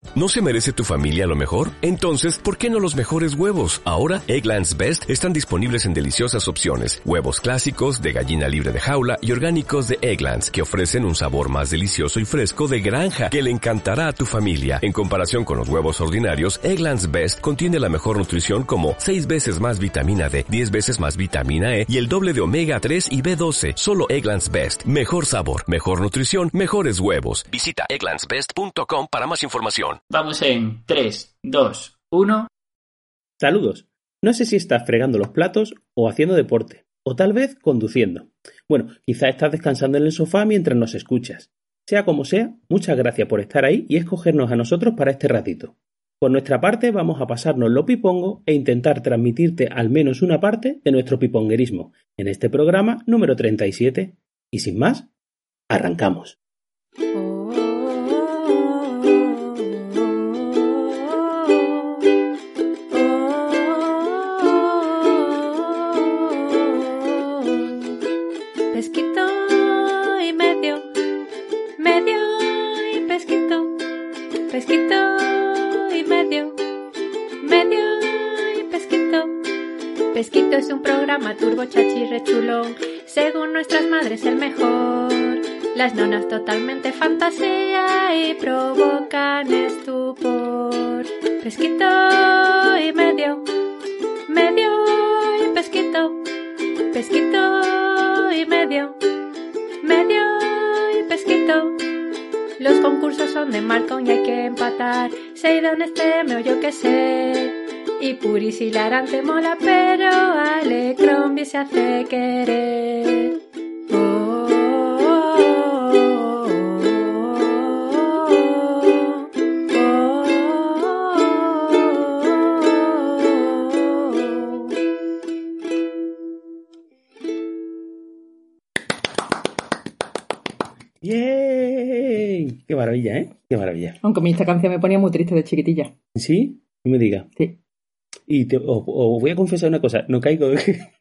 ¿No se merece tu familia lo mejor? Entonces, ¿por qué no los mejores huevos? Ahora, Eggland's Best están disponibles en deliciosas opciones. Huevos clásicos, de gallina libre de jaula y orgánicos de Eggland's, que ofrecen un sabor más delicioso y fresco de granja que le encantará a tu familia. En comparación con los huevos ordinarios, Eggland's Best contiene la mejor nutrición como 6 veces más vitamina D, 10 veces más vitamina E y el doble de omega 3 y B12. Solo Eggland's Best. Mejor sabor, mejor nutrición, mejores huevos. Visita egglandsbest.com para más información. Vamos en 3, 2, 1... Saludos. No sé si estás fregando los platos o haciendo deporte, o tal vez conduciendo. Bueno, quizá estás descansando en el sofá mientras nos escuchas. Sea como sea, muchas gracias por estar ahí y escogernos a nosotros para este ratito. Por nuestra parte vamos a pasarnos lo pipongo e intentar transmitirte al menos una parte de nuestro piponguerismo en este programa número 37. Y sin más, arrancamos. Pesquito es un programa turbo chachirre chulón, según nuestras madres el mejor. Las nonas totalmente fantasía y provocan estupor. Pesquito y medio, medio y pesquito, pesquito y medio, medio y pesquito. Los concursos son de Malcolm y hay que empatar. Seidon Extreme o yo que sé. Y Puris hilarante mola, pero Alecrombie se hace querer. Oh, oh, oh, oh, oh. ¡Bien! ¡Qué maravilla, eh! ¡Qué maravilla! Aunque a mí esta canción me ponía muy triste de chiquitilla. ¿Sí? No me digas. Sí. Y os voy a confesar una cosa, no caigo.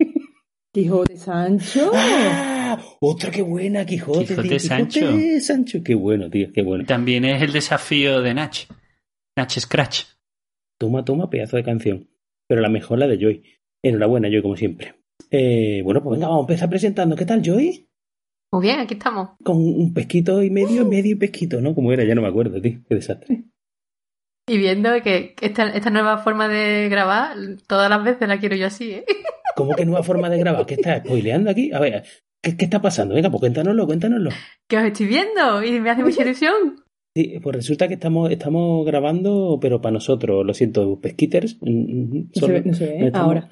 Quijote Sancho. ¡Ah! Otra que buena, Quijote. Quijote Sancho. Quijote Sancho, qué bueno, tío, qué bueno. También es el desafío de Nach Scratch. Toma, pedazo de canción. Pero la mejor la de Joy. Enhorabuena, Joy, como siempre. Bueno, pues venga, vamos a empezar presentando. ¿Qué tal, Joy? Muy bien, aquí estamos. Con un pesquito y medio y pesquito, ¿no? Como era, ya no me acuerdo, tío. Qué desastre. Y viendo que esta nueva forma de grabar, todas las veces la quiero yo así, ¿eh? ¿Cómo que nueva forma de grabar? ¿Qué estás spoileando aquí? A ver, ¿qué está pasando? Venga, pues cuéntanoslo. Que os estoy viendo y me hace mucha ilusión. Sí, pues resulta que estamos grabando, pero para nosotros, lo siento, pesquiters. No se ve. Ahora.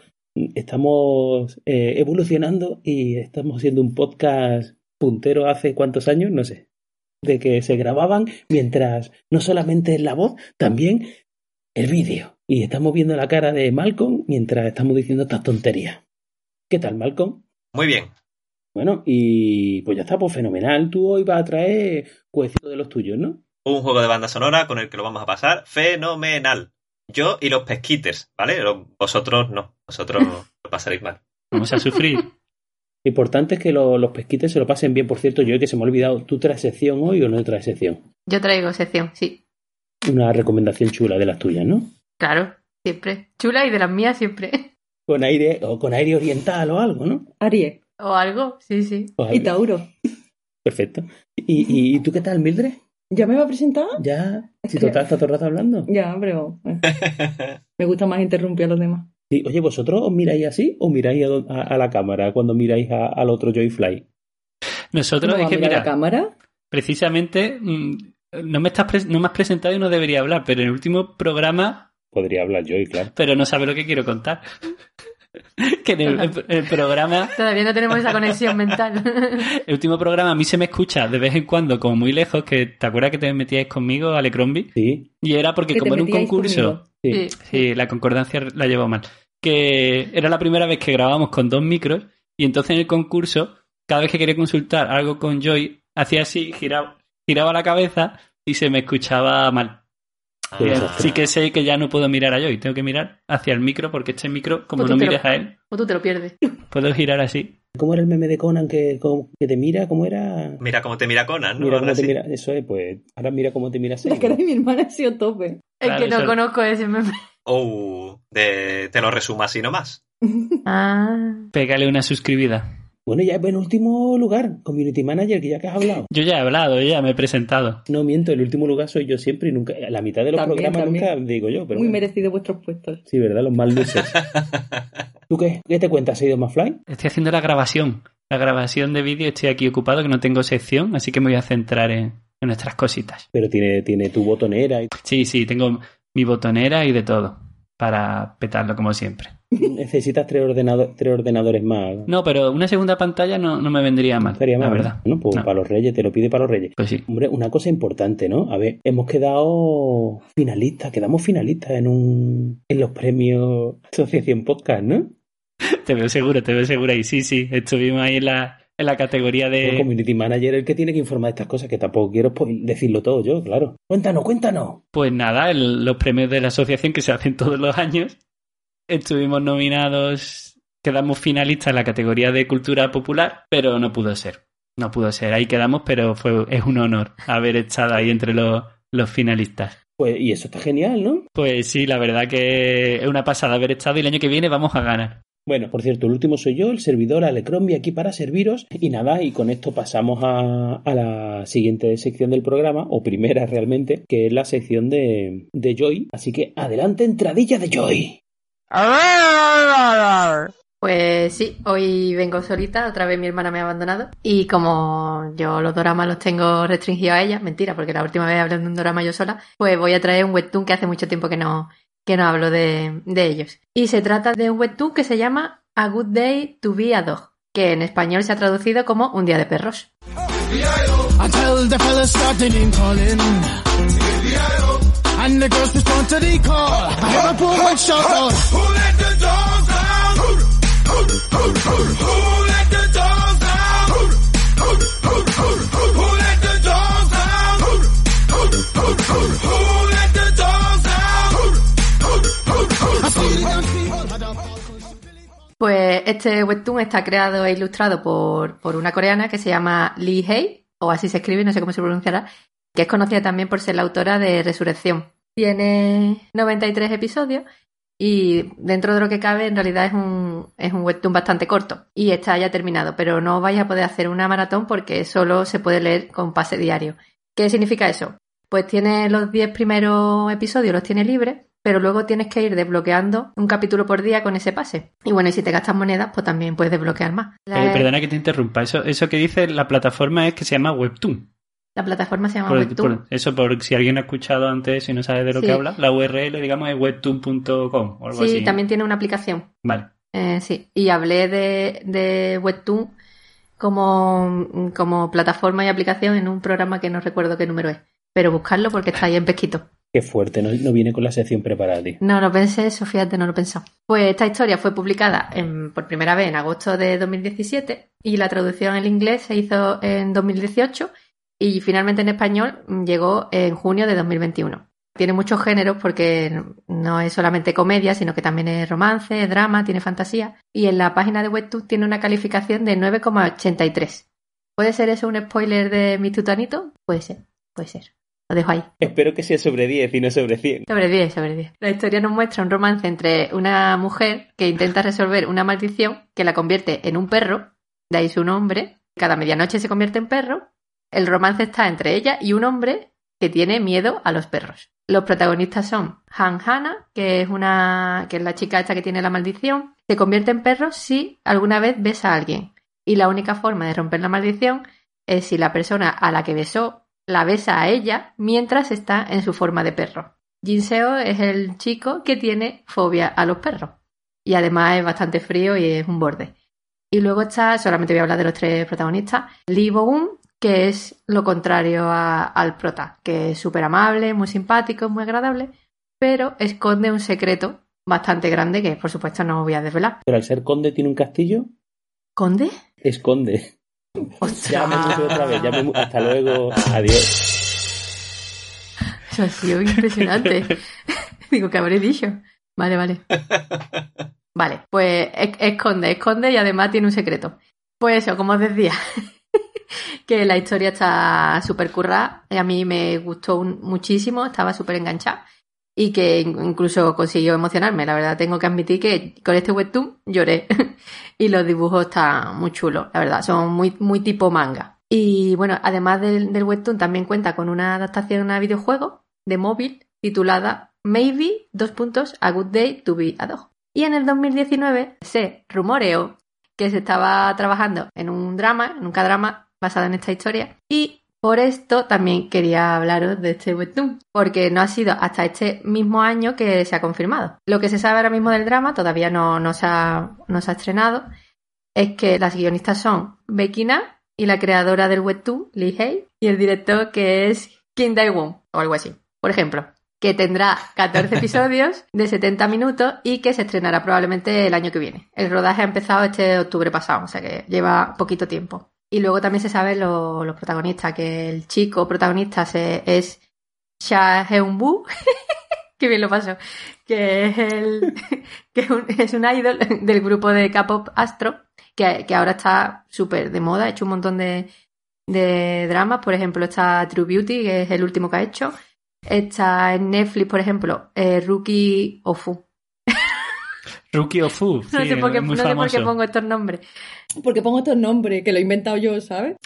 Estamos evolucionando y estamos haciendo un podcast puntero hace ¿cuántos años? No sé. De que se grababan mientras no solamente la voz, también el vídeo. Y estamos viendo la cara de Malcolm mientras estamos diciendo estas tonterías. ¿Qué tal, Malcolm? Muy bien. Bueno, y pues ya está, pues fenomenal. Tú hoy vas a traer jueguecitos de los tuyos, ¿no? Un juego de banda sonora con el que lo vamos a pasar fenomenal. Yo y los pesquiters, ¿vale? Vosotros no. Vosotros lo pasaréis mal. Vamos a sufrir. Lo importante es que los pesquites se lo pasen bien. Por cierto, yo que se me ha olvidado, ¿tú traes sección hoy o no traes sección? Yo traigo sección, sí. Una recomendación chula de las tuyas, ¿no? Claro, siempre. Chula y de las mías siempre. Con aire oriental o algo, ¿no? Aries. O algo, sí. Y Tauro. Perfecto. ¿Y tú qué tal, Mildred? ¿Ya me va a presentar? Ya. Si total está todo el rato hablando. Ya, pero me gusta más interrumpir a los demás. Sí, oye, ¿vosotros os miráis así o miráis a la cámara cuando miráis al otro Joyfly? Nosotros, ¿Cómo es que va a mirar mira, la cámara? precisamente no me has presentado y no debería hablar, pero en el último programa... Podría hablar Joy, claro. Pero no sabe lo que quiero contar. Que en el programa... Todavía no tenemos esa conexión mental. El último programa a mí se me escucha de vez en cuando como muy lejos, que ¿te acuerdas que te metíais conmigo, Alecrombie? Sí. Y era porque como en un concurso... Sí, la concordancia la llevo mal. Que era la primera vez que grabábamos con 2 micros y entonces en el concurso, cada vez que quería consultar algo con Joy, hacía así, giraba la cabeza y se me escuchaba mal. Sí que sé que ya no puedo mirar a Joy, tengo que mirar hacia el micro porque este micro, como no mires a él... O tú te lo pierdes. Puedo girar así. ¿Cómo era el meme de Conan que te mira? ¿Cómo era? Mira cómo te mira Conan, ¿no? Mira cómo te mira. Eso es, pues ahora mira cómo te mira Seido. La cara de mi hermana ha sido tope. Es Claro, que no eso- conozco ese meme. Te lo resumo así nomás. Ah. Pégale una suscribida. Bueno, ya en último lugar, Community Manager, que ya que has hablado. Yo ya he hablado, yo ya me he presentado. No miento, el último lugar soy yo siempre y nunca. La mitad de los También, programas también. nunca digo yo, pero. Muy bueno. merecido vuestros puestos. Sí, ¿verdad? Los más luces. ¿Tú qué te cuentas, Seido McFly? Estoy haciendo la grabación de vídeo, estoy aquí ocupado, que no tengo sección, así que me voy a centrar en nuestras cositas. Pero tiene tu botonera y Sí, tengo mi botonera y de todo, para petarlo como siempre. necesitas tres ordenadores más. No, pero una segunda pantalla no me vendría mal, Estaría mal, la verdad. ¿no? Pues No. para los Reyes, te lo pide para los Reyes. Pues sí. Hombre, una cosa importante, ¿no? A ver, hemos quedado quedamos finalistas en los premios Asociación Podcast, ¿no? Te veo seguro ahí. Sí, estuvimos ahí en la categoría El de... Community Manager es el que tiene que informar de estas cosas, que tampoco quiero decirlo todo yo, claro. Cuéntanos. Pues nada, los premios de la asociación que se hacen todos los años. Estuvimos nominados, quedamos finalistas en la categoría de cultura popular, pero no pudo ser. Ahí quedamos, pero es un honor haber estado ahí entre los finalistas. Pues, y eso está genial, ¿no? Pues sí, la verdad que es una pasada haber estado y el año que viene vamos a ganar. Bueno, por cierto, el último soy yo, el servidor Alecrombie, aquí para serviros. Y nada, y con esto pasamos a la siguiente sección del programa, o primera realmente, que es la sección de Joy. Así que adelante, entradilla de Joy. Pues sí, hoy vengo solita, otra vez mi hermana me ha abandonado y como yo los doramas los tengo restringidos a ella, mentira, porque la última vez hablé de un dorama yo sola, pues voy a traer un webtoon que hace mucho tiempo que no hablo de ellos. Y se trata de un webtoon que se llama A Good Day to Be a Dog, que en español se ha traducido como Un día de perros. Until the fellas started in calling. And the girls respond to the call. I have a poor one shout out. Who let the dogs out? Who let the dogs out? Who let the dogs out? Who let the dogs out? Pues este webtoon está creado e ilustrado por una coreana que se llama Lee Hae, o así se escribe, no sé cómo se pronunciará, que es conocida también por ser la autora de Resurrección. Tiene 93 episodios y dentro de lo que cabe en realidad es un webtoon bastante corto y está ya terminado, pero no vais a poder hacer una maratón porque solo se puede leer con pase diario. ¿Qué significa eso? Pues tiene los 10 primeros episodios, los tiene libres, pero luego tienes que ir desbloqueando un capítulo por día con ese pase. Y bueno, y si te gastas monedas, pues también puedes desbloquear más. Perdona que te interrumpa, eso que dice la plataforma es que se llama Webtoon. La plataforma se llama Webtoon. Por si alguien ha escuchado antes y no sabe de lo que habla, la URL, digamos, es webtoon.com o algo así. Sí, también tiene una aplicación. Vale. Sí, y hablé de Webtoon como plataforma y aplicación en un programa que no recuerdo qué número es. Pero buscarlo porque está ahí en pesquito. Qué fuerte, no viene con la sección preparada, tío. No lo pensé, eso fíjate, no lo pensó. Pues esta historia fue publicada por primera vez en agosto de 2017 y la traducción en inglés se hizo en 2018 y finalmente en español llegó en junio de 2021. Tiene muchos géneros porque no es solamente comedia, sino que también es romance, es drama, tiene fantasía. Y en la página de Webtoon tiene una calificación de 9,83. ¿Puede ser eso un spoiler de mi tutanito? Puede ser. Lo dejo ahí. Espero que sea sobre 10 y no sobre 100. Sobre 10. La historia nos muestra un romance entre una mujer que intenta resolver una maldición que la convierte en un perro, de ahí su nombre. Cada medianoche se convierte en perro. El romance está entre ella y un hombre que tiene miedo a los perros. Los protagonistas son Han Hana, que es la chica esta que tiene la maldición. Se convierte en perro si alguna vez besa a alguien. Y la única forma de romper la maldición es si la persona a la que besó la besa a ella mientras está en su forma de perro. Jin Seo es el chico que tiene fobia a los perros. Y además es bastante frío y es un borde. Y luego está, solamente voy a hablar de los tres protagonistas, Lee Bo-eun, que es lo contrario al prota, que es súper amable, muy simpático, muy agradable, pero esconde un secreto bastante grande que, por supuesto, no voy a desvelar. Pero al ser conde tiene un castillo. ¿Conde? Esconde. ¡Ostras! Ya me puse otra vez, hasta luego, adiós. Eso ha sido impresionante. Digo, ¿qué habré dicho? Vale. Vale, pues esconde y además tiene un secreto. Pues eso, como os decía, que la historia está súper currada. A mí me gustó muchísimo, estaba súper enganchada. Y que incluso consiguió emocionarme. La verdad, tengo que admitir que con este webtoon lloré. Y los dibujos están muy chulos, la verdad. Son muy tipo manga. Y bueno, además del webtoon, también cuenta con una adaptación a videojuego de móvil titulada Maybe, A Good Day to Be a Dog. Y en el 2019 se rumoreó que se estaba trabajando en un K-drama basado en esta historia. Y por esto también quería hablaros de este webtoon, porque no ha sido hasta este mismo año que se ha confirmado. Lo que se sabe ahora mismo del drama, todavía no se ha estrenado, es que las guionistas son Becky Na y la creadora del webtoon, Lee Hei, y el director que es Kim Dae-won, o algo así. Por ejemplo, que tendrá 14 episodios de 70 minutos y que se estrenará probablemente el año que viene. El rodaje ha empezado este octubre pasado, o sea que lleva poquito tiempo. Y luego también se sabe los protagonistas, que el chico protagonista es Cha Heun-woo, que bien lo pasó, que es un idol del grupo de K-pop Astro, que ahora está súper de moda, ha hecho un montón de dramas. Por ejemplo, está True Beauty, que es el último que ha hecho. Está en Netflix, por ejemplo, Rookie Ofu. Rookie Ofu, sí, no sé por qué pongo estos nombres. Porque pongo estos nombres, que lo he inventado yo, ¿sabes?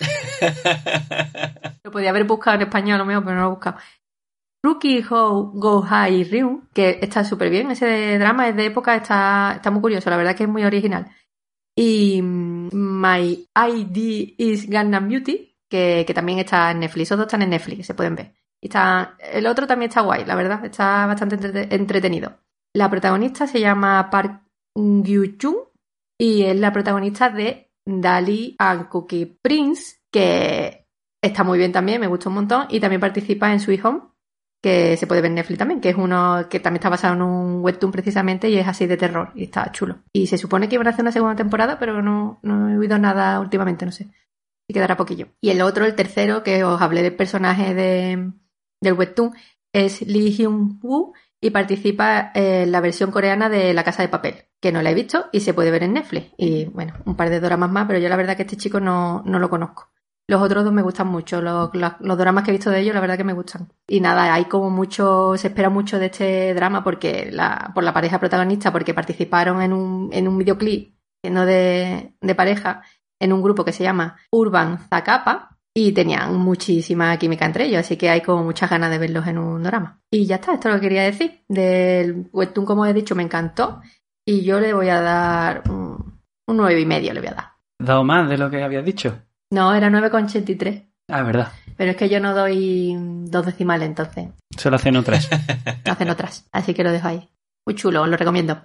Lo podía haber buscado en español, lo mismo, pero no lo he buscado. Rookie Go High Ryu, que está súper bien, ese drama es de época, está muy curioso, la verdad que es muy original. Y My ID is Gangnam Beauty, que también está en Netflix, esos dos están en Netflix, se pueden ver. El otro también está guay, la verdad, está bastante entretenido. La protagonista se llama Park Gyu-chung y es la protagonista de Dali and Cookie Prince, que está muy bien también, me gustó un montón, y también participa en Sweet Home, que se puede ver en Netflix también, que es uno que también está basado en un webtoon precisamente y es así de terror y está chulo. Y se supone que iban a hacer una segunda temporada, pero no he oído nada últimamente, no sé. Y quedará poquillo. Y el tercero, que os hablé del personaje del webtoon, es Lee Hyun-woo y participa en la versión coreana de La Casa de Papel, que no la he visto y se puede ver en Netflix. Y bueno, un par de doramas más, pero yo la verdad que este chico no lo conozco. Los otros dos me gustan mucho, los doramas que he visto de ellos la verdad que me gustan. Y nada, hay como mucho, se espera mucho de este drama por la pareja protagonista, porque participaron en un videoclip siendo de pareja en un grupo que se llama Urban Zacapa y tenían muchísima química entre ellos, así que hay como muchas ganas de verlos en un drama. Y ya está, esto es lo que quería decir. Del webtoon, como he dicho, me encantó y yo le voy a dar un 9,5 le voy a dar. ¿Has dado más de lo que habías dicho? No, era 9,83. Ah, verdad. Pero es que yo no doy 2 decimales, entonces. Solo hacen otras. Hacen otras, así que lo dejo ahí. Muy chulo, os lo recomiendo.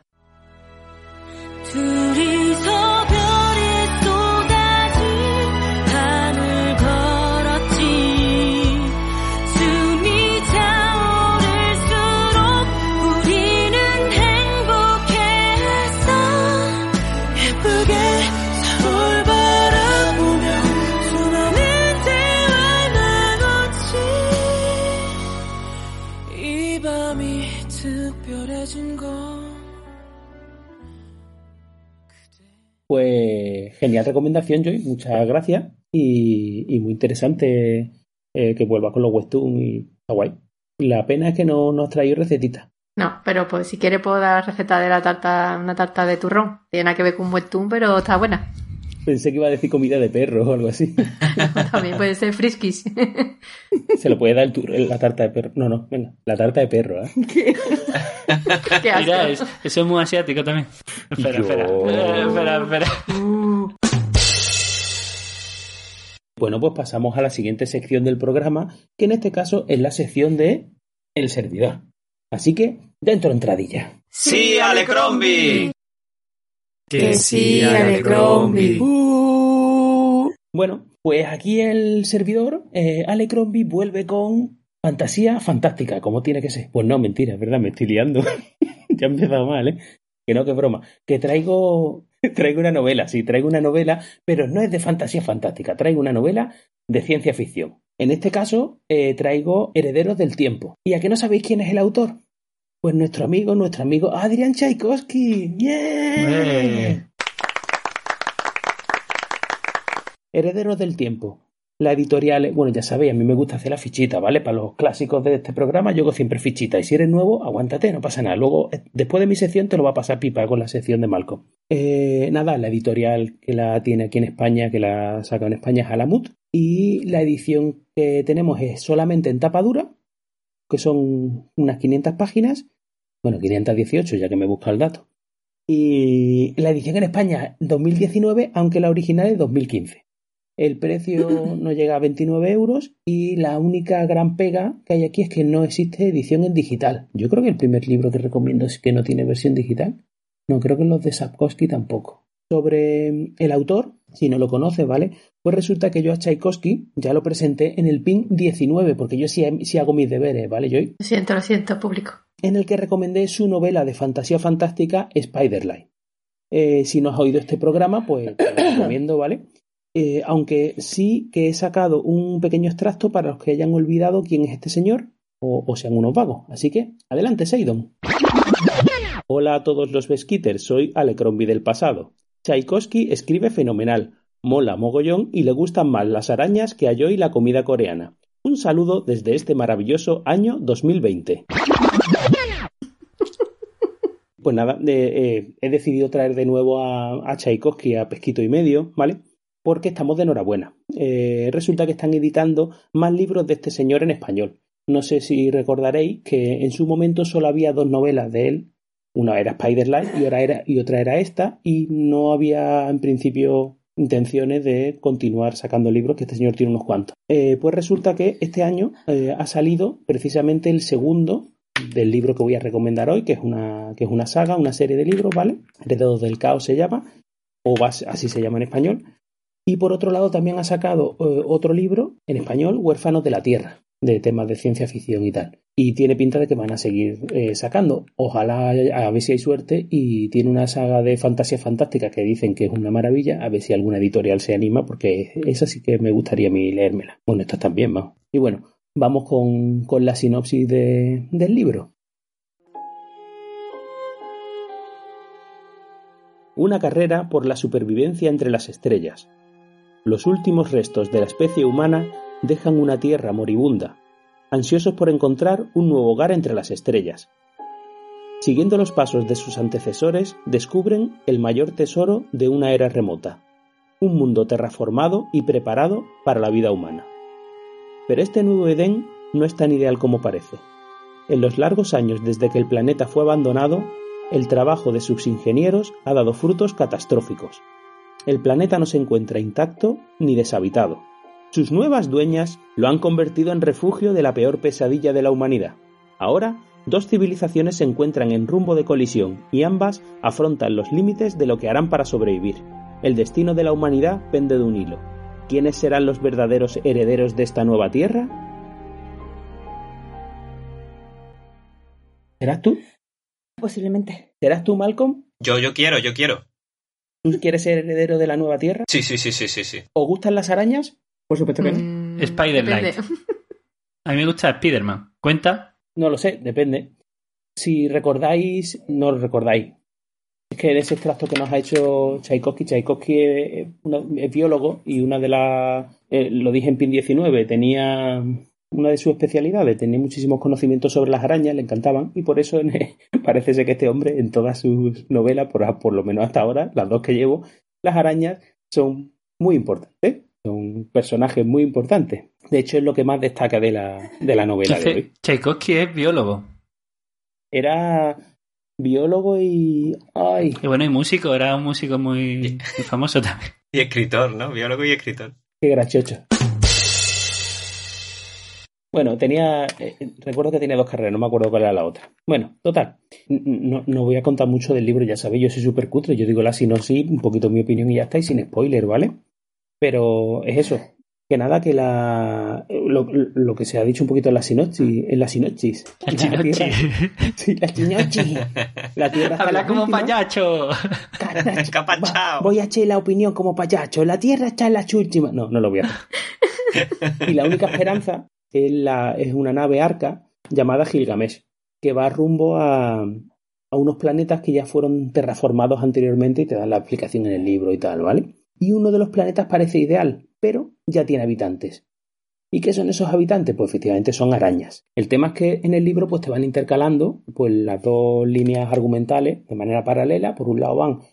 Pues genial recomendación, Joy, muchas gracias y muy interesante que vuelvas con los webtoons y está guay. La pena es que no nos traído recetitas. No, pero pues si quieres puedo dar la receta de una tarta de turrón. Tiene nada que ver con un webtoon, pero está buena. Pensé que iba a decir comida de perro o algo así. No, también puede ser friskies. Se lo puede dar la tarta de perro. No, venga, la tarta de perro, ¿eh? Qué asco. Mira, eso es muy asiático también. Espera. Bueno, pues pasamos a la siguiente sección del programa, que en este caso es la sección de El Servidor. Así que, dentro entradilla. ¡Sí, Alecrombie! Que sí, Alecrombie. Bueno, pues aquí el servidor, Alecrombie, vuelve con fantasía fantástica, como tiene que ser. Pues no, mentira, es verdad, me estoy liando. Ya he empezado mal, ¿eh? Que no, que broma. Que traigo una novela, sí, traigo una novela, pero no es de fantasía fantástica, traigo una novela de ciencia ficción. En este caso, traigo Herederos del Tiempo. ¿Y a qué no sabéis quién es el autor? Pues nuestro amigo Adrián Tchaikovsky. ¡Yeah! Herederos del tiempo. La editorial, bueno, ya sabéis, a mí me gusta hacer la fichita, ¿vale? Para los clásicos de este programa yo hago siempre fichita. Y si eres nuevo, aguántate, no pasa nada. Luego, después de mi sección, te lo va a pasar pipa con la sección de Malcolm. Nada, la editorial que la tiene aquí en España, que la saca en España, es Alamut. Y la edición que tenemos es solamente en tapa dura, que son unas 500 páginas. Bueno, 518, ya que me busca el dato. Y la edición en España 2019, aunque la original es 2015. El precio no llega a 29 euros y la única gran pega que hay aquí es que no existe edición en digital. Yo creo que el primer libro que recomiendo es que no tiene versión digital. No, creo que los de Sapkowski tampoco. Sobre el autor, si no lo conoces, ¿vale? Pues resulta que yo a Tchaikovsky ya lo presenté en el PIN 19, porque yo sí hago mis deberes, ¿vale, Joy? Lo siento, público. En el que recomendé su novela de fantasía fantástica Spiderline. Si no has oído este programa, pues te lo recomiendo, ¿vale? Aunque sí que he sacado un pequeño extracto para los que hayan olvidado quién es este señor o sean unos vagos. Así que, adelante, Seidon. Hola a todos los Beskitters, soy Alecrombie del pasado. Tchaikovsky escribe fenomenal, mola mogollón y le gustan más las arañas que a Joy la comida coreana. Un saludo desde este maravilloso año 2020. Pues nada, he decidido traer de nuevo a Tchaikovsky a Pesquito y Medio, ¿vale? Porque estamos de enhorabuena. Resulta que están editando más libros de este señor en español. No sé si recordaréis que en su momento solo había 2 novelas de él. Una era Spiderline y otra era esta, y no había en principio intenciones de continuar sacando libros, que este señor tiene unos cuantos. Pues resulta que este año ha salido precisamente el segundo del libro que voy a recomendar hoy, que es una saga, una serie de libros, ¿vale? Herederos del Caos se llama, o así se llama en español. Y por otro lado también ha sacado otro libro en español, Huérfanos de la Tierra, de temas de ciencia ficción y tal. Y tiene pinta de que van a seguir sacando. Ojalá, a ver si hay suerte, y tiene una saga de fantasía fantástica que dicen que es una maravilla, a ver si alguna editorial se anima, porque esa sí que me gustaría a mí leérmela. Bueno, estas también, vamos. Y bueno, vamos con la sinopsis del libro. Una carrera por la supervivencia entre las estrellas. Los últimos restos de la especie humana dejan una tierra moribunda, ansiosos por encontrar un nuevo hogar entre las estrellas. Siguiendo los pasos de sus antecesores, descubren el mayor tesoro de una era remota, un mundo terraformado y preparado para la vida humana. Pero este nuevo Edén no es tan ideal como parece. En los largos años desde que el planeta fue abandonado, el trabajo de sus ingenieros ha dado frutos catastróficos. El planeta no se encuentra intacto ni deshabitado. Sus nuevas dueñas lo han convertido en refugio de la peor pesadilla de la humanidad. Ahora, 2 civilizaciones se encuentran en rumbo de colisión y ambas afrontan los límites de lo que harán para sobrevivir. El destino de la humanidad pende de un hilo. ¿Quiénes serán los verdaderos herederos de esta nueva tierra? ¿Serás tú? Posiblemente. ¿Serás tú, Malcolm? Yo quiero. ¿Tú quieres ser heredero de la nueva tierra? Sí. ¿Os gustan las arañas? Por supuesto que no. Spiderline. A mí me gusta Spiderman. ¿Cuenta? No lo sé, depende. Si recordáis, no lo recordáis. Es que en ese extracto que nos ha hecho Tchaikovsky es biólogo, y una de las... lo dije en PIN 19, tenía... Una de sus especialidades, tenía muchísimos conocimientos sobre las arañas, le encantaban, y por eso parece ser que este hombre, en todas sus novelas, por lo menos hasta ahora, las 2 que llevo, las arañas son muy importantes, son personajes muy importantes. De hecho, es lo que más destaca de la novela de hoy. Tchaikovsky es biólogo. Era biólogo y... ¡Ay! Y bueno, y músico, era un músico muy famoso también. Y escritor, ¿no? Biólogo y escritor. ¡Qué grachocho! Bueno, recuerdo que tenía 2 carreras, no me acuerdo cuál era la otra. Bueno, total, no voy a contar mucho del libro, ya sabéis, yo soy súper cutre, yo digo la sinopsis, un poquito mi opinión y ya está, y sin spoiler, ¿vale? Pero es eso, que nada, que lo que se ha dicho un poquito en la sinopsis. La sinopsis. La tierra habla como payacho. Voy a echar la opinión como payacho. La tierra está en las últimas. No lo voy a hacer. Y la única esperanza es una nave arca llamada Gilgamesh, que va rumbo a unos planetas que ya fueron terraformados anteriormente, y te dan la explicación en el libro y tal, ¿vale? y uno de los planetas parece ideal, pero ya tiene habitantes. ¿Y qué son esos habitantes? Pues efectivamente son arañas. El tema es que en el libro pues te van intercalando pues las dos líneas argumentales de manera paralela. Por un lado van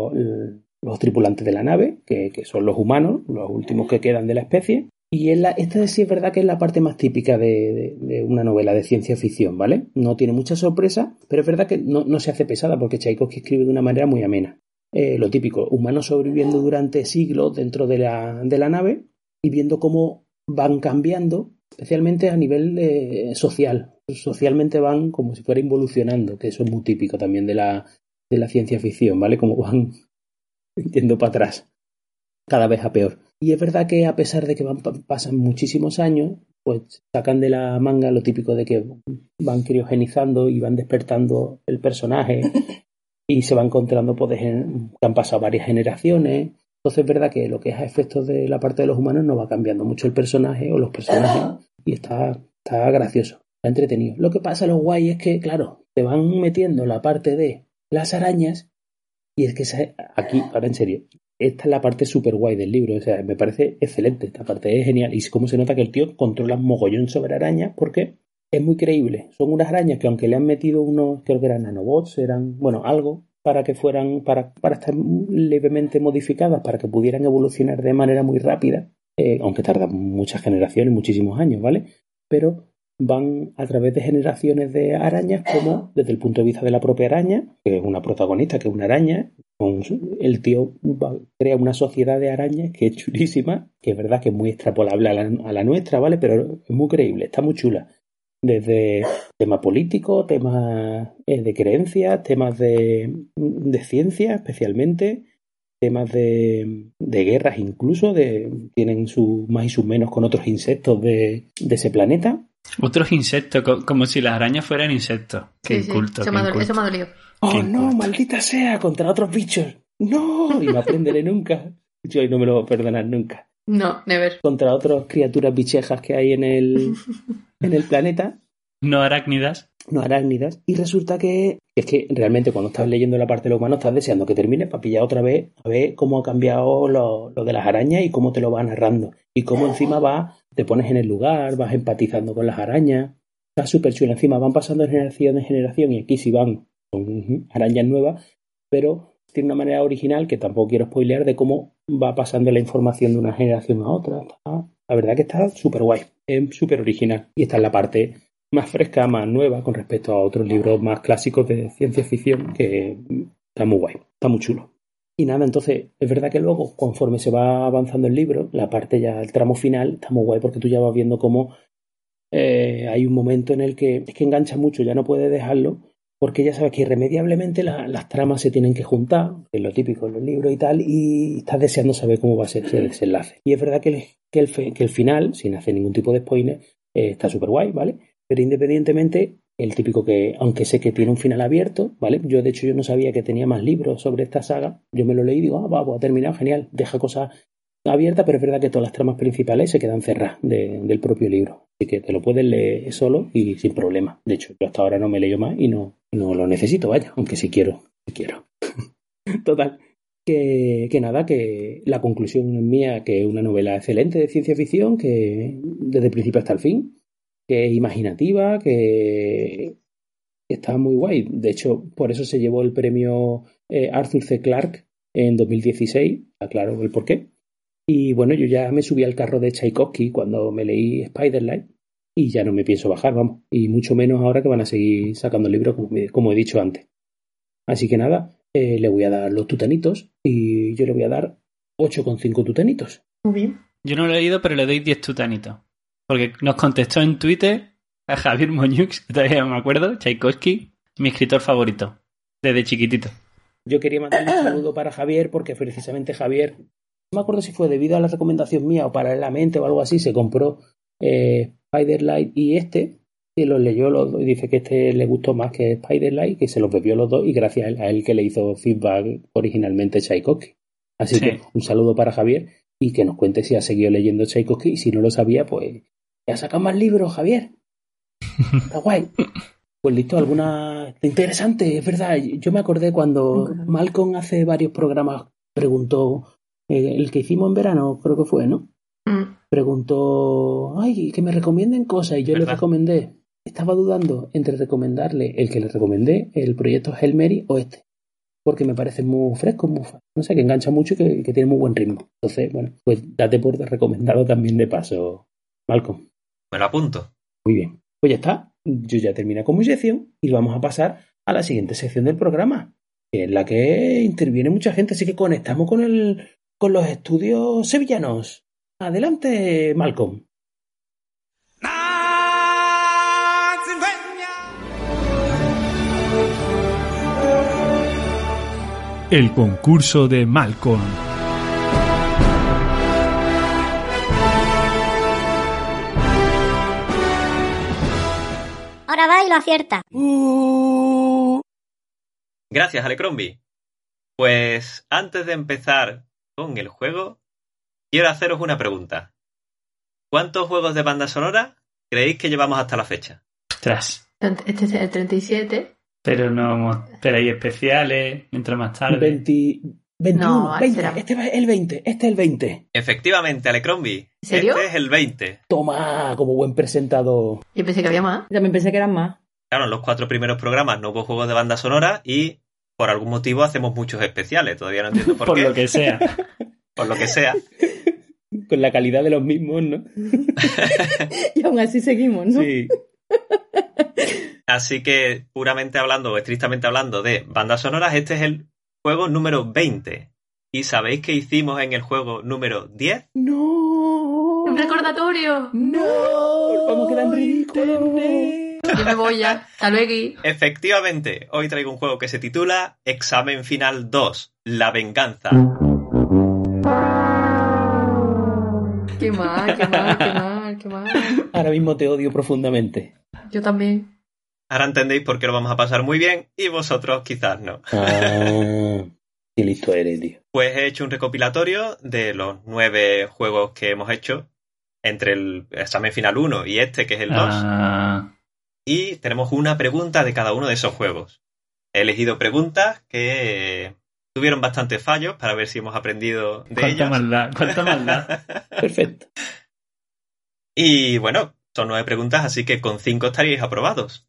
los tripulantes de la nave, que son los humanos, los últimos que quedan de la especie. Y esta sí es verdad que es la parte más típica de una novela de ciencia ficción, ¿vale? No tiene mucha sorpresa, pero es verdad que no se hace pesada porque Tchaikovsky escribe de una manera muy amena. Lo típico, humanos sobreviviendo durante siglos dentro de la nave y viendo cómo van cambiando, especialmente a nivel social. Socialmente van como si fuera involucionando, que eso es muy típico también de la ciencia ficción, ¿vale? Como van yendo para atrás, cada vez a peor. Y es verdad que a pesar de que pasan muchísimos años, pues sacan de la manga lo típico de que van criogenizando y van despertando el personaje y se va encontrando pues, que han pasado varias generaciones. Entonces es verdad que lo que es a efectos de la parte de los humanos no va cambiando mucho el personaje o los personajes y está gracioso, está entretenido. Lo que pasa, lo guay es que, claro, te van metiendo la parte de las arañas y es que aquí, ahora en serio, esta es la parte súper guay del libro, o sea, me parece excelente, esta parte es genial y cómo se nota que el tío controla un mogollón sobre arañas porque es muy creíble. Son unas arañas que aunque le han metido unos, creo que eran nanobots, algo para que fueran, para estar levemente modificadas, para que pudieran evolucionar de manera muy rápida, aunque tardan muchas generaciones, muchísimos años, ¿vale? Pero van a través de generaciones de arañas, como desde el punto de vista de la propia araña, que es una protagonista, que es una araña, el tío crea una sociedad de arañas que es chulísima, que es verdad que es muy extrapolable a la nuestra, ¿vale? Pero es muy creíble, está muy chula. Desde temas políticos, temas de creencias, temas de ciencia especialmente, temas de guerras incluso, tienen sus más y sus menos con otros insectos de ese planeta. Otros insectos, como si las arañas fueran insectos. Qué inculto. Eso me ha dolido. ¡Oh, no! ¡Maldita sea! Contra otros bichos. ¡No! Y no aprenderé nunca. Yo no me lo voy a perdonar nunca. No, never. Contra otras criaturas bichejas que hay en el planeta. No arácnidas. No arácnidas. Y resulta que es que realmente cuando estás leyendo la parte de los humanos estás deseando que termine para pillar otra vez a ver cómo ha cambiado lo de las arañas y cómo te lo va narrando. Y cómo encima te pones en el lugar, vas empatizando con las arañas. Está súper chulo. Encima van pasando de generación en generación y aquí sí van con arañas nuevas, pero tiene una manera original que tampoco quiero spoilear de cómo va pasando la información de una generación a otra. La verdad que está súper guay. Es súper original. Y esta es la parte más fresca, más nueva con respecto a otros libros más clásicos de ciencia ficción, que está muy guay, está muy chulo. Y nada, entonces es verdad que luego conforme se va avanzando el libro, la parte ya, el tramo final está muy guay porque tú ya vas viendo cómo hay un momento en el que es que engancha mucho, ya no puedes dejarlo porque ya sabes que irremediablemente las tramas se tienen que juntar, que es lo típico en los libros y tal, y estás deseando saber cómo va a ser ese desenlace. Y es verdad que el final, sin hacer ningún tipo de spoiler, está súper guay, ¿vale? Pero independientemente, el típico que, aunque sé que tiene un final abierto, ¿vale? Yo no sabía que tenía más libros sobre esta saga. Yo me lo leí y digo, pues ha terminado, genial. Deja cosas abiertas, pero es verdad que todas las tramas principales se quedan cerradas del propio libro. Así que te lo puedes leer solo y sin problema. De hecho, yo hasta ahora no me leído más y no lo necesito, vaya, aunque sí quiero. Total. Que nada, que la conclusión es mía, que es una novela excelente de ciencia ficción, que desde el principio hasta el fin, que es imaginativa, que está muy guay. De hecho, por eso se llevó el premio Arthur C. Clarke en 2016. Aclaro el porqué. Y bueno, yo ya me subí al carro de Tchaikovsky cuando me leí Spiderlight y ya no me pienso bajar, vamos. Y mucho menos ahora que van a seguir sacando libros, como he dicho antes. Así que nada, le voy a dar los tutanitos y yo le voy a dar 8,5 tutanitos. Muy bien. Yo no lo he leído, pero le doy 10 tutanitos. Porque nos contestó en Twitter a Javier Moñux, que todavía me acuerdo, Tchaikovsky, mi escritor favorito, desde chiquitito. Yo quería mandarle un saludo para Javier, porque precisamente Javier, no me acuerdo si fue debido a la recomendación mía o paralelamente o algo así, se compró Spiderlight y y los leyó los dos y dice que le gustó más que Spiderlight, que se los bebió los dos y gracias a él que le hizo feedback originalmente Tchaikovsky. Así que un saludo para Javier y que nos cuente si ha seguido leyendo Tchaikovsky y si no lo sabía, pues ya sacan más libros, Javier. Está guay. Pues listo, alguna interesante, es verdad. Yo me acordé cuando Malcolm hace varios programas preguntó el que hicimos en verano, creo que fue, ¿no? Preguntó, ay, que me recomienden cosas, y yo le recomendé. Estaba dudando entre recomendarle el que le recomendé, el proyecto Hail Mary o este, porque me parece muy fresco, no sé, que engancha mucho y que tiene muy buen ritmo. Entonces, bueno, pues date por recomendado también de paso, Malcolm. Me lo apunto. Muy bien. Pues ya está. Yo ya terminé con mi sección y vamos a pasar a la siguiente sección del programa, que es la que interviene mucha gente, así que conectamos con los estudios sevillanos. Adelante, Malcolm. El concurso de Malcolm. Ahora va y lo acierta. Gracias, Alecrombie. Pues antes de empezar con el juego, quiero haceros una pregunta. ¿Cuántos juegos de banda sonora creéis que llevamos hasta la fecha? Ostras. Este es el 37. Pero hay especiales, mientras más tarde. 21, no, 20. será... Este es el 20. Efectivamente, Alecrombie. ¿En serio? Este es el 20. Toma, como buen presentador. Yo pensé que había más. También pensé que eran más. Claro, en los 4 primeros programas no hubo juegos de banda sonora y por algún motivo hacemos muchos especiales. Todavía no entiendo por qué. Por lo que sea. Por lo que sea. Con la calidad de los mismos, ¿no? Y aún así seguimos, ¿no? Sí. Así que, puramente hablando o estrictamente hablando de bandas sonoras, este es el juego número 20. ¿Y sabéis qué hicimos en el juego número 10? ¡No! ¡Un recordatorio! ¡No! Vamos a quedar en ridículo. Yo me voy ya. Hasta luego. Efectivamente, hoy traigo un juego que se titula Examen Final 2, La Venganza. Qué mal. Ahora mismo te odio profundamente. Yo también. Ahora entendéis por qué lo vamos a pasar muy bien y vosotros quizás no. Ah, qué listo eres, tío. Pues he hecho un recopilatorio de los 9 juegos que hemos hecho entre el Examen Final 1 y este, que es el 2. Y tenemos una pregunta de cada uno de esos juegos. He elegido preguntas que tuvieron bastantes fallos para ver si hemos aprendido de ellas. ¿Cuánta maldad? Perfecto. Y bueno, son 9 preguntas, así que con 5 estaríais aprobados.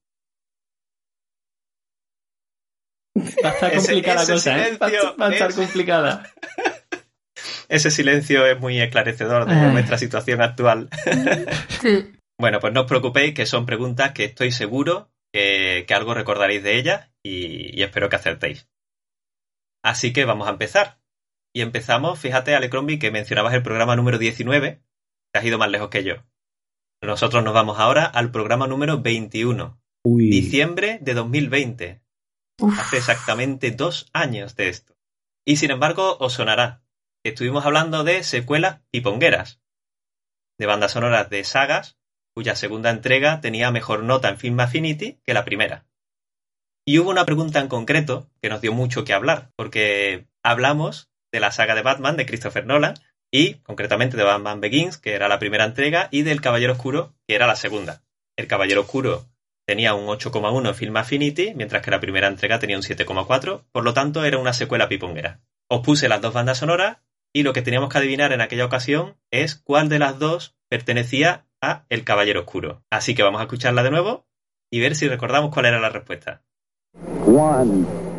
Va a estar complicada la cosa, ¿eh? Va a estar complicada. Ese silencio es muy esclarecedor de nuestra situación actual. Sí. Bueno, pues no os preocupéis, que son preguntas que estoy seguro que algo recordaréis de ellas y espero que acertéis. Así que vamos a empezar. Y empezamos, fíjate, Alecrombie, que mencionabas el programa número 19, que has ido más lejos que yo. Nosotros nos vamos ahora al programa número 21. Uy. Diciembre de 2020. Uf. Hace exactamente 2 años de esto. Y sin embargo, os sonará. Estuvimos hablando de secuelas pipongueras, de bandas sonoras de sagas cuya segunda entrega tenía mejor nota en Film Affinity que la primera. Y hubo una pregunta en concreto que nos dio mucho que hablar, porque hablamos de la saga de Batman de Christopher Nolan y concretamente de Batman Begins, que era la primera entrega, y del Caballero Oscuro, que era la segunda. El Caballero Oscuro tenía un 8,1 en Film Affinity, mientras que la primera entrega tenía un 7,4, por lo tanto era una secuela piponguera. Os puse las 2 bandas sonoras y lo que teníamos que adivinar en aquella ocasión es cuál de las 2 pertenecía a El Caballero Oscuro. Así que vamos a escucharla de nuevo y ver si recordamos cuál era la respuesta. 1.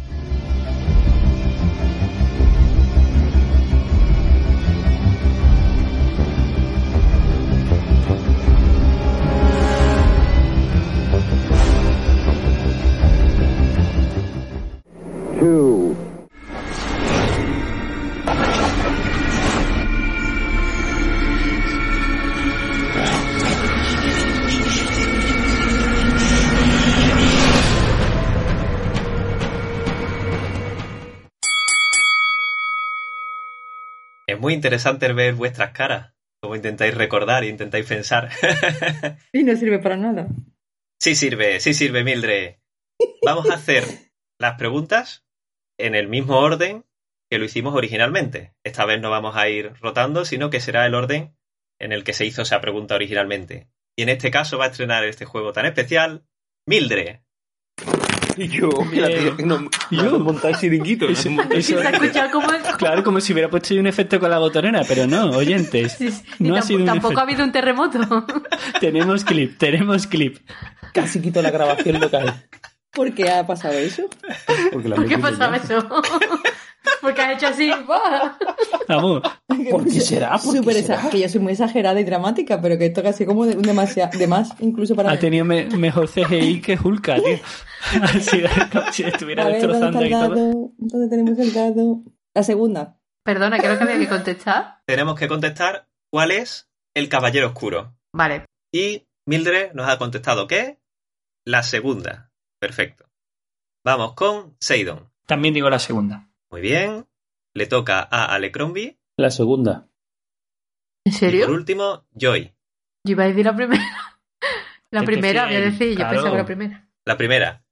Es muy interesante ver vuestras caras, cómo intentáis recordar e intentáis pensar. Y no sirve para nada. Sí sirve, Mildred. Vamos a hacer las preguntas en el mismo orden que lo hicimos originalmente. Esta vez no vamos a ir rotando, sino que será el orden en el que se hizo esa pregunta originalmente. Y en este caso va a estrenar este juego tan especial, Mildred. Yo, no montar el chiringuito. Eso, Se ha escuchado como... claro, como si hubiera puesto un efecto con la botonera, pero no, oyentes. Sí, no ha sido un tampoco ha efecto. habido un terremoto. Tenemos clip. Casi quito la grabación local. ¿Por qué ha pasado eso? Porque la ¿Por qué meto pasaba ya. eso? Porque has hecho así. ¡buah! Vamos, ¿Por qué será? ¿Por qué Súper será? que yo soy muy exagerada y dramática, pero que esto casi como de más, incluso para ha mí. tenido mejor CGI que Hulka, tío. Así, como si estuviera A ver, ¿dónde destrozando está ahí el todo. dado? ¿Dónde tenemos el dado? La segunda. Perdona, creo que había que contestar. Tenemos que contestar cuál es el Caballero Oscuro. Vale. Y Mildred nos ha contestado que la segunda. Perfecto. Vamos con Seidon. También digo la segunda. Muy bien. Le toca a Alecrombie. La segunda. ¿En Y serio? por último, Joy. Yo iba a decir la primera. La Es que primera, sí, voy a decir. claro. Yo pensaba la primera. La primera.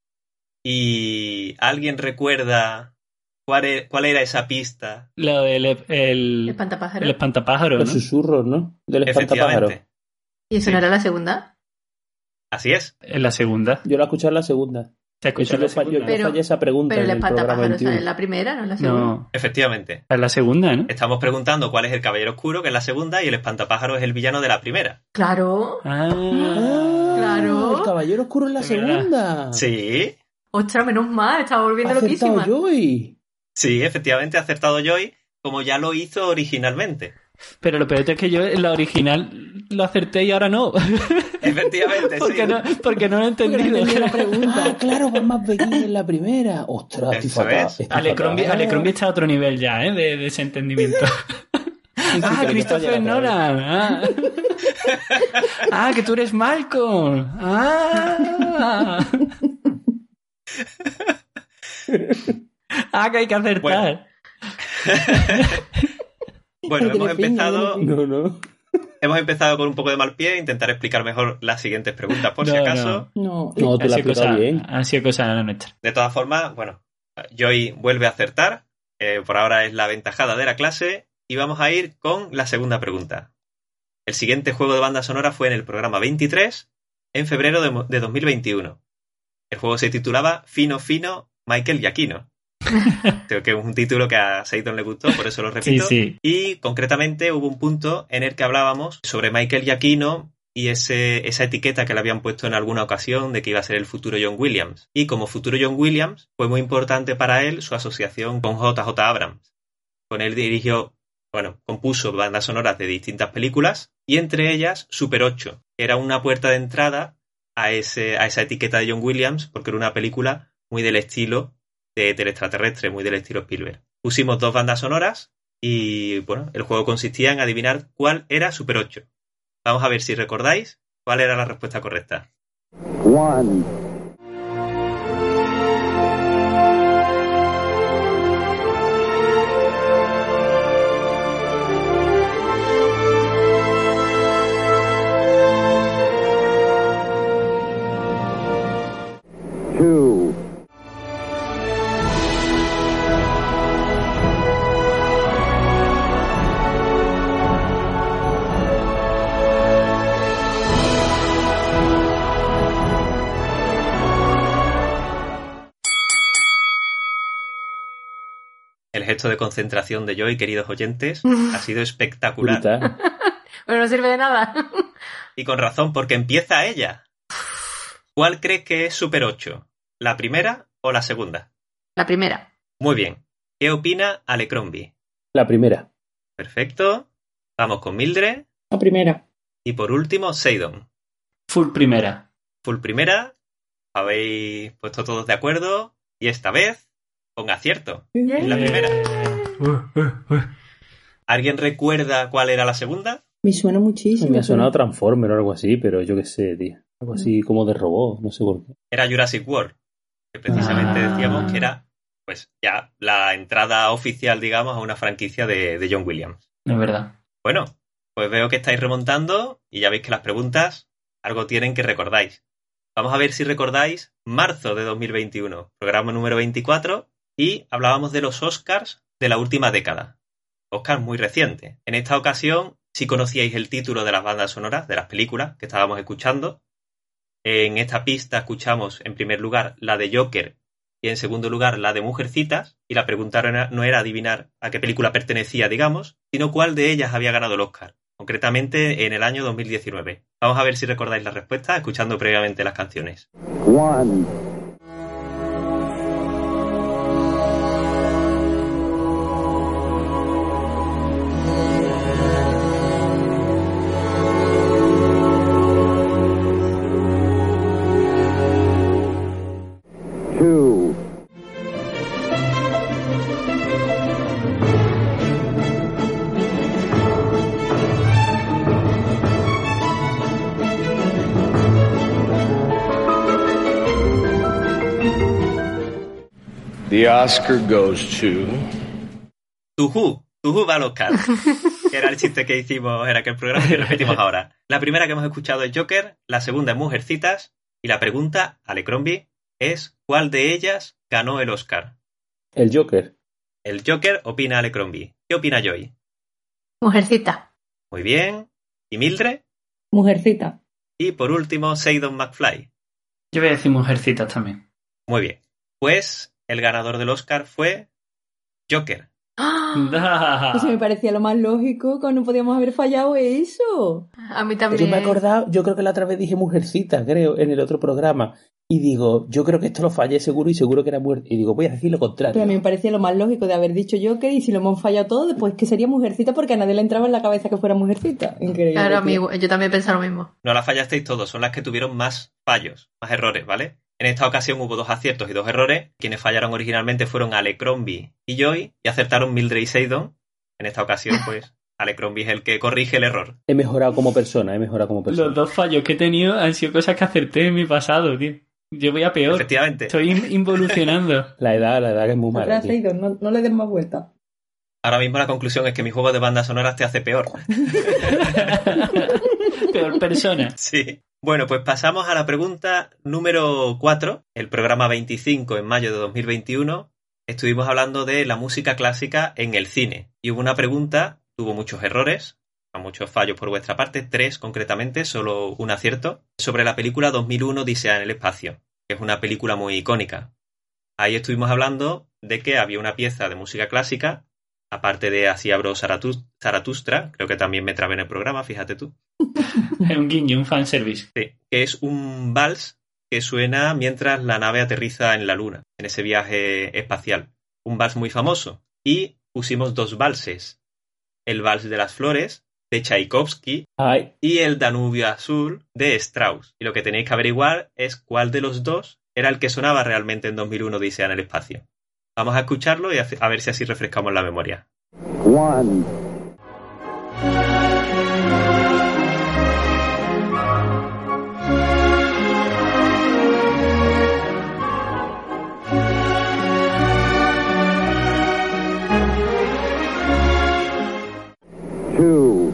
¿Y alguien recuerda cuál era esa pista? Lo del El espantapájaro. el espantapájaro, Los ¿no? susurros, ¿no? Del espantapájaro. Efectivamente. ¿Y eso Sí. no era la segunda? Así es. En la segunda. Yo la he escuchado en la segunda. ¿Se escucha Eso la yo segunda? Pero- fallé esa pregunta Pero el en el programa espantapájaro 21. está en la primera, no en la segunda. No, Efectivamente. es la segunda, ¿no? Estamos preguntando cuál es el Caballero Oscuro, que es la segunda, y el espantapájaro es el villano de la primera. Claro. Ah, Claro. El Caballero Oscuro en la Es verdad. segunda. Sí. Ostras, menos mal, estaba volviendo Ha acertado loquísima. Joy. Sí, efectivamente ha acertado Joy, como ya lo hizo originalmente. pero lo peor es que yo en la original lo acerté y ahora no. Efectivamente, sí. porque no lo he entendido. entendí la pregunta. Ah, claro, pues más pequeño en la primera. Ostras, estoy Eso fatal. es. estoy Alecrombie fatal. está a otro nivel ya, ¿eh? De desentendimiento. Sí, Ah, pero que Christopher falla la Nolan. Ah, que tú eres Malcolm. Ah. Que hay que acertar. Bueno, No tiene fin, no tiene fin. No. hemos empezado con un poco de mal pie, intentar explicar mejor las siguientes preguntas por si No, acaso. No. No, te la has explicado bien. Han sido cosas nuestras. De todas formas, bueno, Joy vuelve a acertar. Por ahora es la aventajada de la clase. Y vamos a ir con la segunda pregunta. El siguiente juego de banda sonora fue en el programa 23, en febrero de 2021. El juego se titulaba Fino Fino, Michael Giacchino. Creo que es un título que a Seidon le gustó, por eso lo repito. Sí. Y concretamente hubo un punto en el que hablábamos sobre Michael Giacchino y esa etiqueta que le habían puesto en alguna ocasión de que iba a ser el futuro John Williams. Y como futuro John Williams, fue muy importante para él su asociación con JJ Abrams. Con él compuso bandas sonoras de distintas películas y entre ellas Super 8, que era una puerta de entrada a esa etiqueta de John Williams porque era una película muy del estilo del extraterrestre, muy del estilo Spielberg. Pusimos 2 bandas sonoras y bueno, el juego consistía en adivinar cuál era Super 8. Vamos a ver si recordáis cuál era la respuesta correcta. 1. Two. El gesto de concentración de Joy, queridos oyentes, ha sido espectacular. Brutal. Pero no sirve de nada. Y con razón, porque empieza ella. ¿Cuál crees que es Super 8? ¿La primera o la segunda? La primera. Muy bien. ¿Qué opina Alecrombie? La primera. Perfecto. Vamos con Mildred. La primera. Y por último, Seidon. Full primera. Full primera. Habéis puesto todos de acuerdo. Y esta vez, con acierto. Es la primera. ¿Alguien recuerda cuál era la segunda? Me suena muchísimo. Me ha sonado Transformer o algo así, pero yo qué sé, tío. Algo así como de robot, no sé por qué. Era Jurassic World. Que precisamente decíamos que era pues ya la entrada oficial, digamos, a una franquicia de John Williams. Es verdad. Bueno, pues veo que estáis remontando y ya veis que las preguntas algo tienen que recordáis. Vamos a ver si recordáis marzo de 2021, programa número 24, y hablábamos de los Oscars de la última década. Oscars muy reciente. En esta ocasión, si conocíais el título de las bandas sonoras de las películas que estábamos escuchando, En esta pista escuchamos en primer lugar la de Joker y en segundo lugar la de Mujercitas, y la pregunta no era adivinar a qué película pertenecía, digamos, sino cuál de ellas había ganado el Oscar, concretamente en el año 2019. Vamos a ver si recordáis la respuesta escuchando previamente las canciones. 1. 2. The Oscar goes to... To Who va al Oscar. Que era el chiste que hicimos en aquel programa que repetimos ahora. La primera que hemos escuchado es Joker, la segunda es Mujercitas, y la pregunta, Alecrombie, es ¿cuál de ellas ganó el Oscar? El Joker. El Joker, opina Alecrombie. ¿Qué opina Joy? Mujercita. Muy bien. ¿Y Mildred? Mujercita. Y por último, Seidon McFly. Yo voy a decir Mujercitas también. Muy bien. Pues el ganador del Oscar fue Joker. Eso me parecía lo más lógico, que no podíamos haber fallado eso. A mí también. Yo me he acordado, yo creo que la otra vez dije Mujercita, creo, en el otro programa. Y digo, yo creo que esto lo fallé seguro y seguro que era muerte. Y digo, voy a decir lo contrario. Pero a mí me parecía lo más lógico de haber dicho Joker, y si lo hemos fallado todo, pues que sería Mujercita, porque a nadie le entraba en la cabeza que fuera Mujercita. Increíble. Claro, amigo, yo también pensé lo mismo. No la fallasteis todos, son las que tuvieron más fallos, más errores, ¿vale? En esta ocasión hubo 2 aciertos y 2 errores. Quienes fallaron originalmente fueron Alecrombie y Joy, y acertaron Mildred y Seidon. En esta ocasión, pues, Alecrombie es el que corrige el error. He mejorado como persona. Los 2 fallos que he tenido han sido cosas que acerté en mi pasado, tío. Yo voy a peor. Efectivamente. Estoy involucionando. La edad que es muy mala. No le den más vueltas. Ahora mismo la conclusión es que mi juego de bandas sonoras te hace peor. Peor persona. Sí. Bueno, pues pasamos a la pregunta número 4. El programa 25 en mayo de 2021. Estuvimos hablando de la música clásica en el cine. Y hubo una pregunta, tuvo muchos errores, muchos fallos por vuestra parte, 3 concretamente, solo un acierto, sobre la película 2001 Odisea en el espacio, que es una película muy icónica. Ahí estuvimos hablando de que había una pieza de música clásica, aparte de Así habló Zaratustra, creo que también me trabé en el programa, fíjate tú. Es un guiño, un fanservice. Sí, que es un vals que suena mientras la nave aterriza en la Luna, en ese viaje espacial. Un vals muy famoso. Y pusimos 2 valses. El vals de las flores, de Tchaikovsky, y el Danubio Azul, de Strauss. Y lo que tenéis que averiguar es cuál de los 2 era el que sonaba realmente en 2001 Odisea en el espacio. Vamos a escucharlo y a ver si así refrescamos la memoria. 1. 2.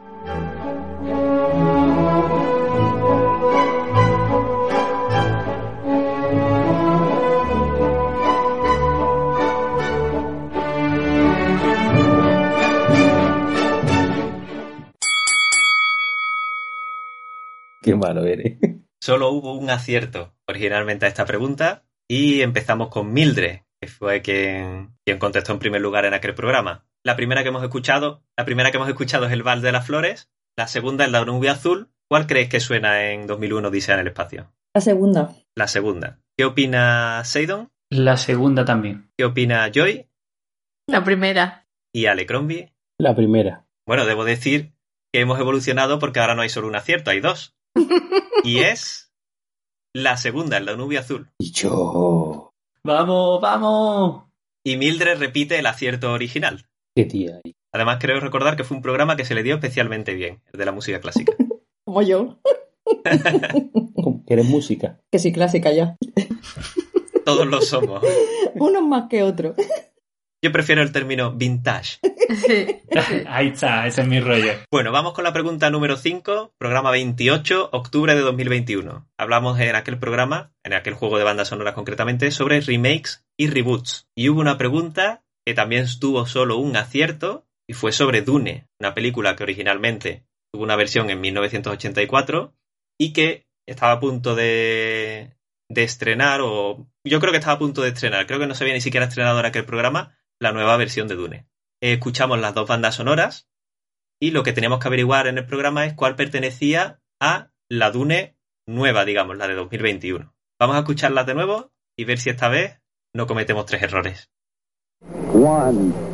Qué malo eres. Solo hubo un acierto originalmente a esta pregunta y empezamos con Mildred, que fue quien contestó en primer lugar en aquel programa. La primera que hemos escuchado es el Vals de las Flores, la segunda es la Danubio Azul. ¿Cuál creéis que suena en 2001 Odisea en el espacio? La segunda. La segunda. ¿Qué opina Seidon? La segunda también. ¿Qué opina Joy? La primera. ¿Y Alecrombie? La primera. Bueno, debo decir que hemos evolucionado porque ahora no hay solo un acierto, hay 2. Y es la segunda, el Danubio Azul. Y yo... ¡Vamos, vamos! Y Mildred repite el acierto original. Qué tía. Además, creo recordar que fue un programa que se le dio especialmente bien, el de la música clásica. Como yo. ¿Que eres música? Que sí, clásica ya. Todos lo somos. Unos más que otros. Yo prefiero el término vintage. Sí. Ahí está, ese es mi rollo. Bueno, vamos con la pregunta número 5, programa 28, octubre de 2021. Hablamos en aquel programa, en aquel juego de bandas sonoras concretamente, sobre remakes y reboots. Y hubo una pregunta que también tuvo solo un acierto y fue sobre Dune, una película que originalmente tuvo una versión en 1984 y que estaba a punto de estrenar, o yo creo que estaba a punto de estrenar, creo que no se había ni siquiera estrenado en aquel programa, la nueva versión de Dune. Escuchamos las dos bandas sonoras y lo que teníamos que averiguar en el programa es cuál pertenecía a la Dune nueva, digamos, la de 2021. Vamos a escucharlas de nuevo y ver si esta vez no cometemos 3 errores. 1.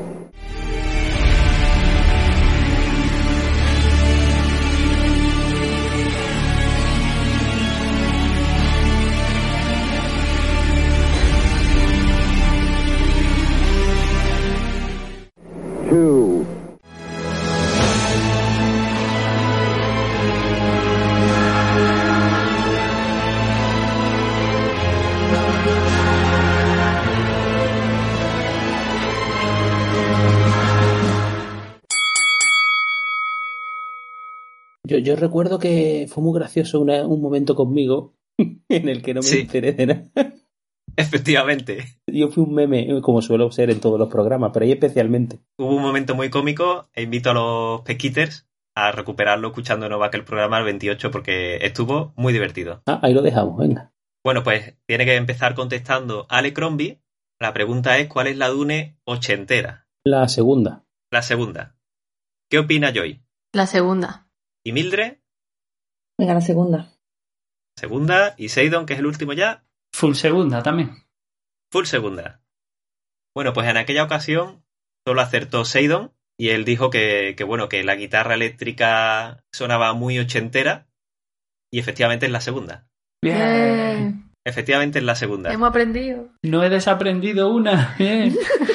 2. Yo recuerdo que fue muy gracioso un momento conmigo en el que no me enteré de nada. Efectivamente. Yo fui un meme, como suelo ser en todos los programas, pero ahí especialmente. Hubo un momento muy cómico e invito a los Pequitters a recuperarlo escuchando de nuevo aquel programa el 28 porque estuvo muy divertido. Ahí lo dejamos, venga. Bueno, pues tiene que empezar contestando Ale Crombie. La pregunta es, ¿cuál es la Dune ochentera? La segunda. La segunda. ¿Qué opina Joy? La segunda. ¿Y Mildred? Venga, la segunda. Segunda. ¿Y Seidon, que es el último ya? Full segunda también. Full segunda. Bueno, pues en aquella ocasión solo acertó Seidon y él dijo que la guitarra eléctrica sonaba muy ochentera y efectivamente es la segunda. Bien. Efectivamente es la segunda. Hemos aprendido. No he desaprendido una. Bien.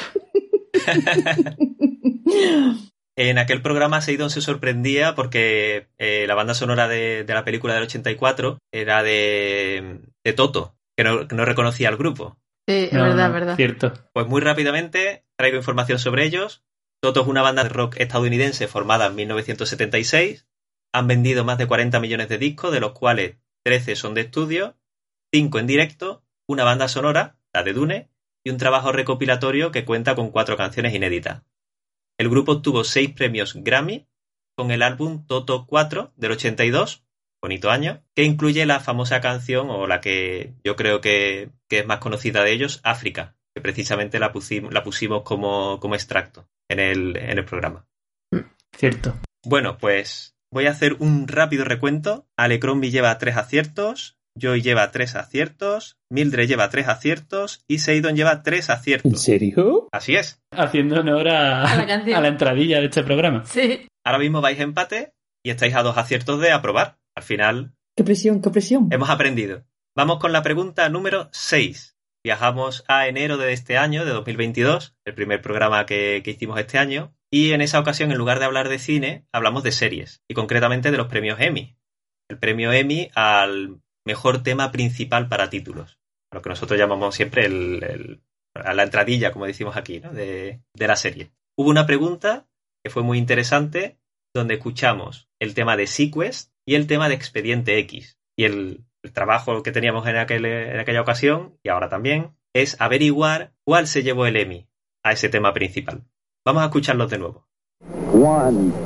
En aquel programa Seidon se sorprendía porque la banda sonora de la película del 84 era de Toto, que no reconocía al grupo. Sí, es verdad. Cierto. Pues muy rápidamente traigo información sobre ellos. Toto es una banda de rock estadounidense formada en 1976. Han vendido más de 40 millones de discos, de los cuales 13 son de estudio, 5 en directo, una banda sonora, la de Dune, y un trabajo recopilatorio que cuenta con 4 canciones inéditas. El grupo obtuvo 6 premios Grammy con el álbum Toto 4 del 82, bonito año, que incluye la famosa canción, o la que yo creo que es más conocida de ellos, África, que precisamente la pusimos como extracto en el programa. Cierto. Bueno, pues voy a hacer un rápido recuento. Ale Crombie lleva 3 aciertos, Joy lleva 3 aciertos, Mildred lleva 3 aciertos y Seidon lleva 3 aciertos. ¿En serio? Así es. Haciendo honor a la entradilla de este programa. Sí. Ahora mismo vais a empate y estáis a 2 aciertos de aprobar. Al final... ¡Qué presión, qué presión! Hemos aprendido. Vamos con la pregunta número 6. Viajamos a enero de este año, de 2022, el primer programa que hicimos este año, y en esa ocasión, en lugar de hablar de cine, hablamos de series, y concretamente de los premios Emmy. El premio Emmy al mejor tema principal para títulos, a lo que nosotros llamamos siempre a la entradilla, como decimos aquí, ¿no? de la serie. Hubo una pregunta que fue muy interesante, donde escuchamos el tema de Sequest y el tema de Expediente X. Y el trabajo que teníamos en aquella ocasión, y ahora también, es averiguar cuál se llevó el Emmy a ese tema principal. Vamos a escucharlos de nuevo. 1.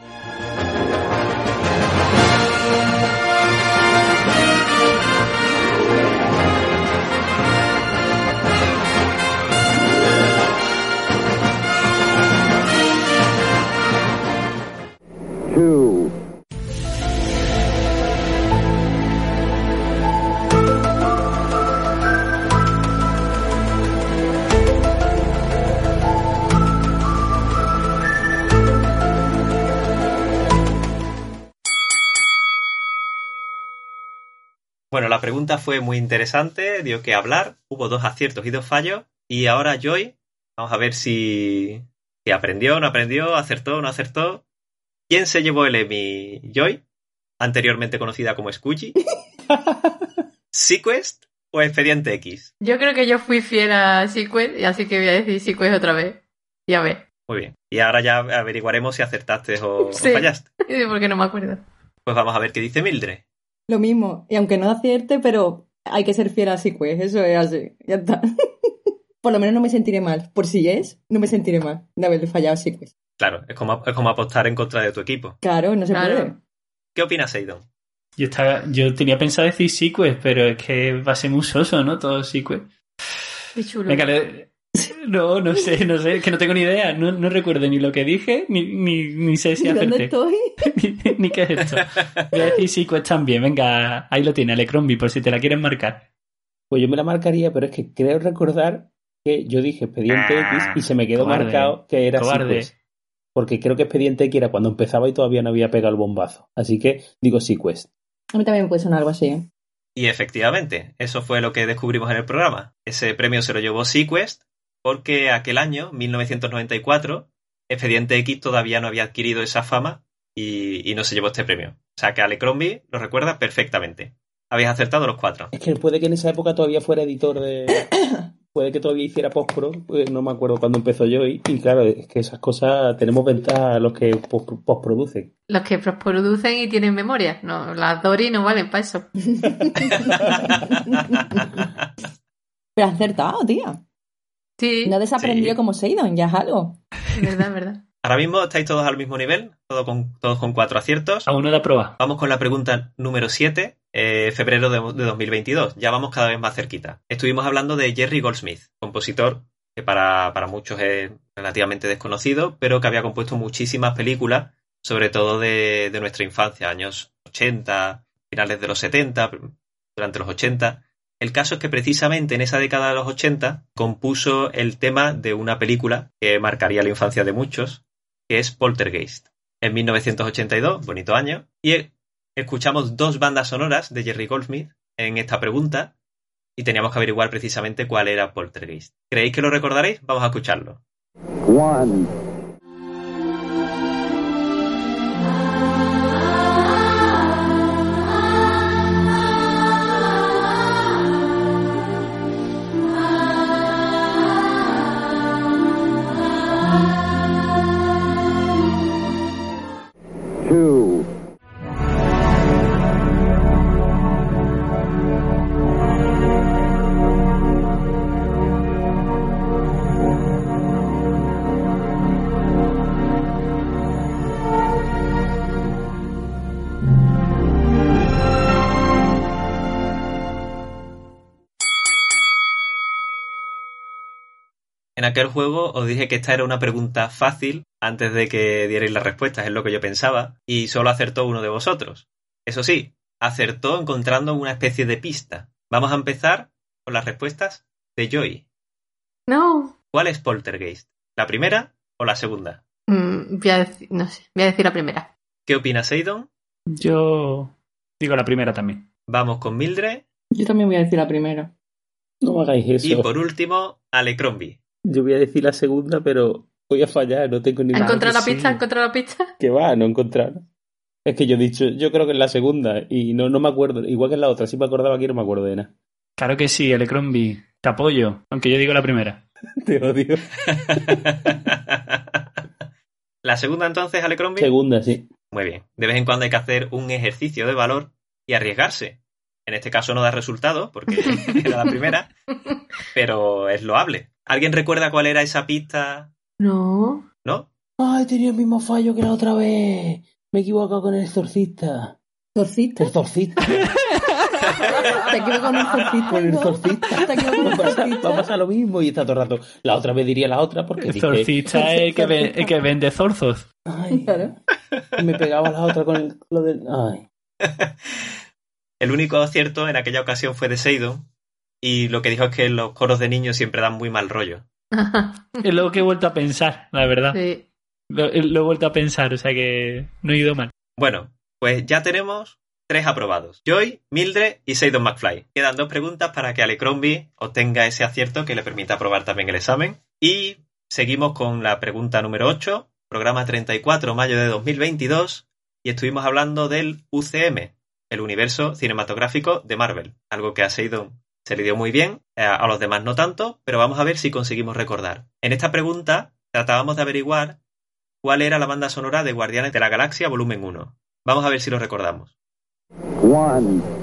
Bueno, la pregunta fue muy interesante, dio que hablar, hubo 2 aciertos y 2 fallos, y ahora Joy, vamos a ver si aprendió, no aprendió, acertó, no acertó. ¿Quién se llevó el Emmy? ¿Joy, anteriormente conocida como Scoochie? ¿Sequest o Expediente X? Yo creo que yo fui fiel a Sequest, y así que voy a decir Sequest otra vez. Y a ver. Muy bien. Y ahora ya averiguaremos si acertaste o Sí. fallaste. Sí, porque no me acuerdo. Pues vamos a ver qué dice Mildred. Lo mismo, y aunque no acierte, pero hay que ser fiel a Sequest, eso es así, ya está. Por lo menos no me sentiré mal, por si es, no me sentiré mal de haberle fallado a Sequest. Claro, es como apostar en contra de tu equipo. Claro, no se puede. ¿Qué opina Seidon? Yo tenía pensado decir Sequest, pero es que va a ser muy soso, ¿no? Todo Sequest. Qué chulo. Venga, no sé, es que no tengo ni idea. No recuerdo ni lo que dije, ni sé si acerté. ¿Dónde estoy? ni qué es esto. Voy a decir Sequest también. Venga, ahí lo tiene, Alecrombie, por si te la quieres marcar. Pues yo me la marcaría, pero es que creo recordar que yo dije Expediente X y se me quedó marcado que era Sequest. Porque creo que Expediente X era cuando empezaba y todavía no había pegado el bombazo. Así que digo Sequest. A mí también me puede sonar algo así, ¿eh? Y efectivamente, eso fue lo que descubrimos en el programa. Ese premio se lo llevó Sequest porque aquel año, 1994, Expediente X todavía no había adquirido esa fama y no se llevó este premio. O sea que Alecrombie lo recuerda perfectamente. Habéis acertado los 4. Es que puede que en esa época todavía fuera editor de... Puede que todavía hiciera postpro, pues no me acuerdo cuándo empezó yo y claro, es que esas cosas tenemos ventaja a los que postproducen. Los que postproducen y tienen memoria. No, las Dory no valen para eso. Pero has acertado, tía. Sí. No desaprendió como Seidon, ya es algo. Verdad. Ahora mismo estáis todos al mismo nivel, todos con 4 aciertos. A uno de prueba. Vamos con la pregunta número 7, febrero de 2022. Ya vamos cada vez más cerquita. Estuvimos hablando de Jerry Goldsmith, compositor que para muchos es relativamente desconocido, pero que había compuesto muchísimas películas, sobre todo de nuestra infancia, años 80, finales de los 70, durante los 80. El caso es que precisamente en esa década de los 80 compuso el tema de una película que marcaría la infancia de muchos, que es Poltergeist. En 1982, bonito año, y escuchamos 2 bandas sonoras de Jerry Goldsmith en esta pregunta y teníamos que averiguar precisamente cuál era Poltergeist. ¿Creéis que lo recordaréis? Vamos a escucharlo. 1. 2. En aquel juego os dije que esta era una pregunta fácil antes de que dierais las respuestas, es lo que yo pensaba, y solo acertó uno de vosotros. Eso sí, acertó encontrando una especie de pista. Vamos a empezar con las respuestas de Joy. No. ¿Cuál es Poltergeist? ¿La primera o la segunda? Voy a decir la primera. ¿Qué opina Seidon? Yo digo la primera también. Vamos con Mildred. Yo también voy a decir la primera. No me hagáis eso. Y por último, Alecrombie. Yo voy a decir la segunda, pero voy a fallar, no tengo ni idea. ¿Encontrar la pista? ¿Encontrar la pista? Que va, no encontrar. Es que yo he dicho, yo creo que es la segunda y no me acuerdo, igual que en la otra, si me acordaba aquí no me acuerdo de nada. Claro que sí, Alecrombie, te apoyo, aunque yo digo la primera. Te odio. ¿La segunda entonces, Alecrombie? Segunda, sí. Muy bien. De vez en cuando hay que hacer un ejercicio de valor y arriesgarse. En este caso no da resultado, porque era la primera, pero es loable. ¿Alguien recuerda cuál era esa pista? No. ¿No? Ay, tenía el mismo fallo que la otra vez. Me he equivocado con el exorcista. ¿Exorcista? Exorcista. Te equivoco con el exorcista. Con el exorcista. Te equivoco con el exorcista. Va a pasar lo mismo y está todo el rato. La otra vez diría la otra porque el exorcista es el que vende zorzos. Ay, claro. Y me pegaba la otra con lo del... Ay. El único acierto en aquella ocasión fue de Seidon y lo que dijo es que los coros de niños siempre dan muy mal rollo. Es lo que he vuelto a pensar, la verdad. Sí. Lo he vuelto a pensar, o sea que no he ido mal. Bueno, pues ya tenemos 3 aprobados. Joy, Mildred y Seidon McFly. Quedan 2 preguntas para que Alecrombie obtenga ese acierto que le permita aprobar también el examen. Y seguimos con la pregunta número 8, programa 34, mayo de 2022, y estuvimos hablando del UCM, el universo cinematográfico de Marvel. Algo que a Seidon se le dio muy bien, a los demás no tanto, pero vamos a ver si conseguimos recordar. En esta pregunta tratábamos de averiguar cuál era la banda sonora de Guardianes de la Galaxia volumen 1. Vamos a ver si lo recordamos. 1.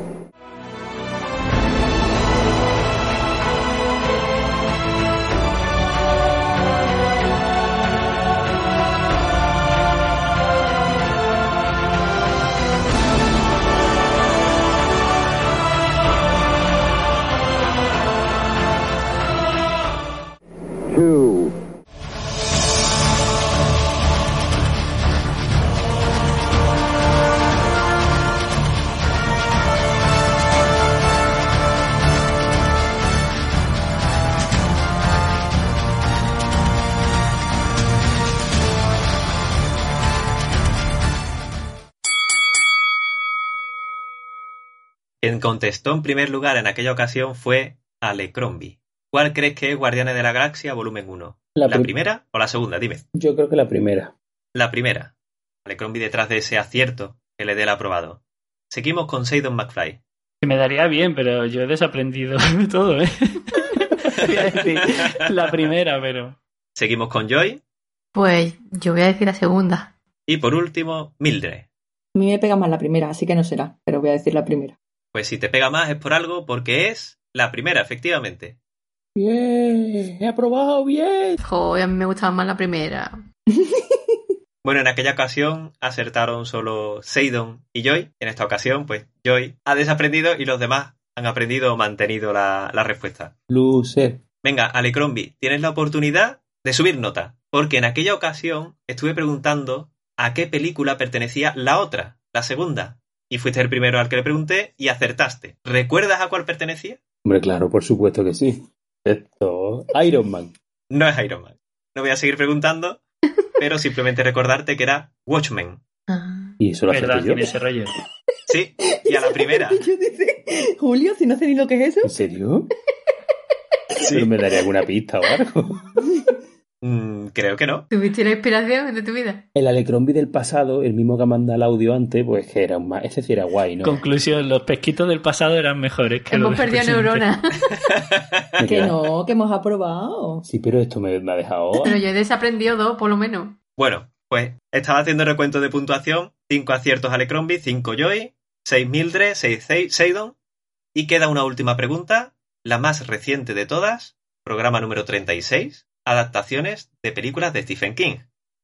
Quien contestó en primer lugar en aquella ocasión fue Alecrombie. ¿Cuál crees que es Guardianes de la Galaxia volumen 1? ¿La primera o la segunda? Dime. Yo creo que la primera. La primera. Alecrombie detrás de ese acierto que le dé el aprobado. Seguimos con Seidon McFly. Que me daría bien, pero yo he desaprendido de todo, ¿eh? Voy a decir la primera, pero... Seguimos con Joy. Pues yo voy a decir la segunda. Y por último, Mildred. A mí me pega más la primera, así que no será, pero voy a decir la primera. Pues si te pega más es por algo, porque es la primera, efectivamente. ¡Bien! ¡He aprobado bien! Joder, a mí me gustaba más la primera. Bueno, en aquella ocasión acertaron solo Seidon y Joy. En esta ocasión, pues, Joy ha desaprendido y los demás han aprendido o mantenido la respuesta. Loser. Venga, Alecrombie, tienes la oportunidad de subir nota, porque en aquella ocasión estuve preguntando a qué película pertenecía la otra, la segunda, y fuiste el primero al que le pregunté y acertaste. ¿Recuerdas a cuál pertenecía? Hombre, claro, por supuesto que sí. Esto... Iron Man. No es Iron Man. No voy a seguir preguntando, pero simplemente recordarte que era Watchmen. Y eso lo acerté yo. Tiene ese rollo. Sí, y a la primera. Yo dice, Julio, si no sé ni lo que es eso. ¿En serio? Sí. ¿Pero me daría alguna pista o algo? Creo que no. ¿Tuviste la inspiración de tu vida? El Alecrombie del pasado, el mismo que manda el audio antes, pues que era más... Ese sí era guay, ¿no? Conclusión, los pesquitos del pasado eran mejores que los Hemos del perdido presente. neuronas. Que no, que hemos aprobado. Sí, pero esto me ha dejado... Pero yo he desaprendido 2, por lo menos. Bueno, pues estaba haciendo el recuento de puntuación. 5 aciertos Alecrombie, 5 Joy, 6 Mildred, 6 Seidon. Y queda una última pregunta, la más reciente de todas, programa número 36, adaptaciones de películas de Stephen King.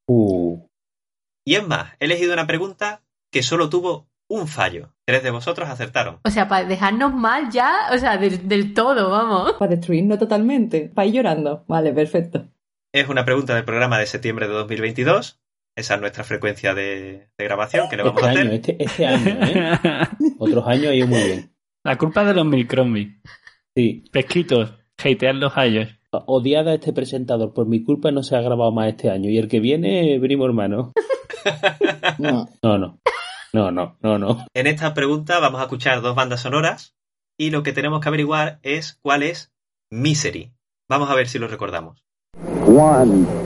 Y es más, he elegido una pregunta que solo tuvo un fallo. 3 de vosotros acertaron. O sea, para dejarnos mal ya, o sea, del todo, vamos. Para destruirnos totalmente. Para ir llorando. Vale, perfecto. Es una pregunta del programa de septiembre de 2022. Esa es nuestra frecuencia de grabación que le vamos a hacer. Este año, ¿eh? Otros años ha ido muy bien. La culpa es de los Milcrombie. Sí. Pesquitos, hatear los hallos. Odiada a este presentador. Por mi culpa no se ha grabado más este año. Y el que viene, primo hermano. No. En esta pregunta vamos a escuchar 2 bandas sonoras. Y lo que tenemos que averiguar es cuál es Misery. Vamos a ver si lo recordamos. 1.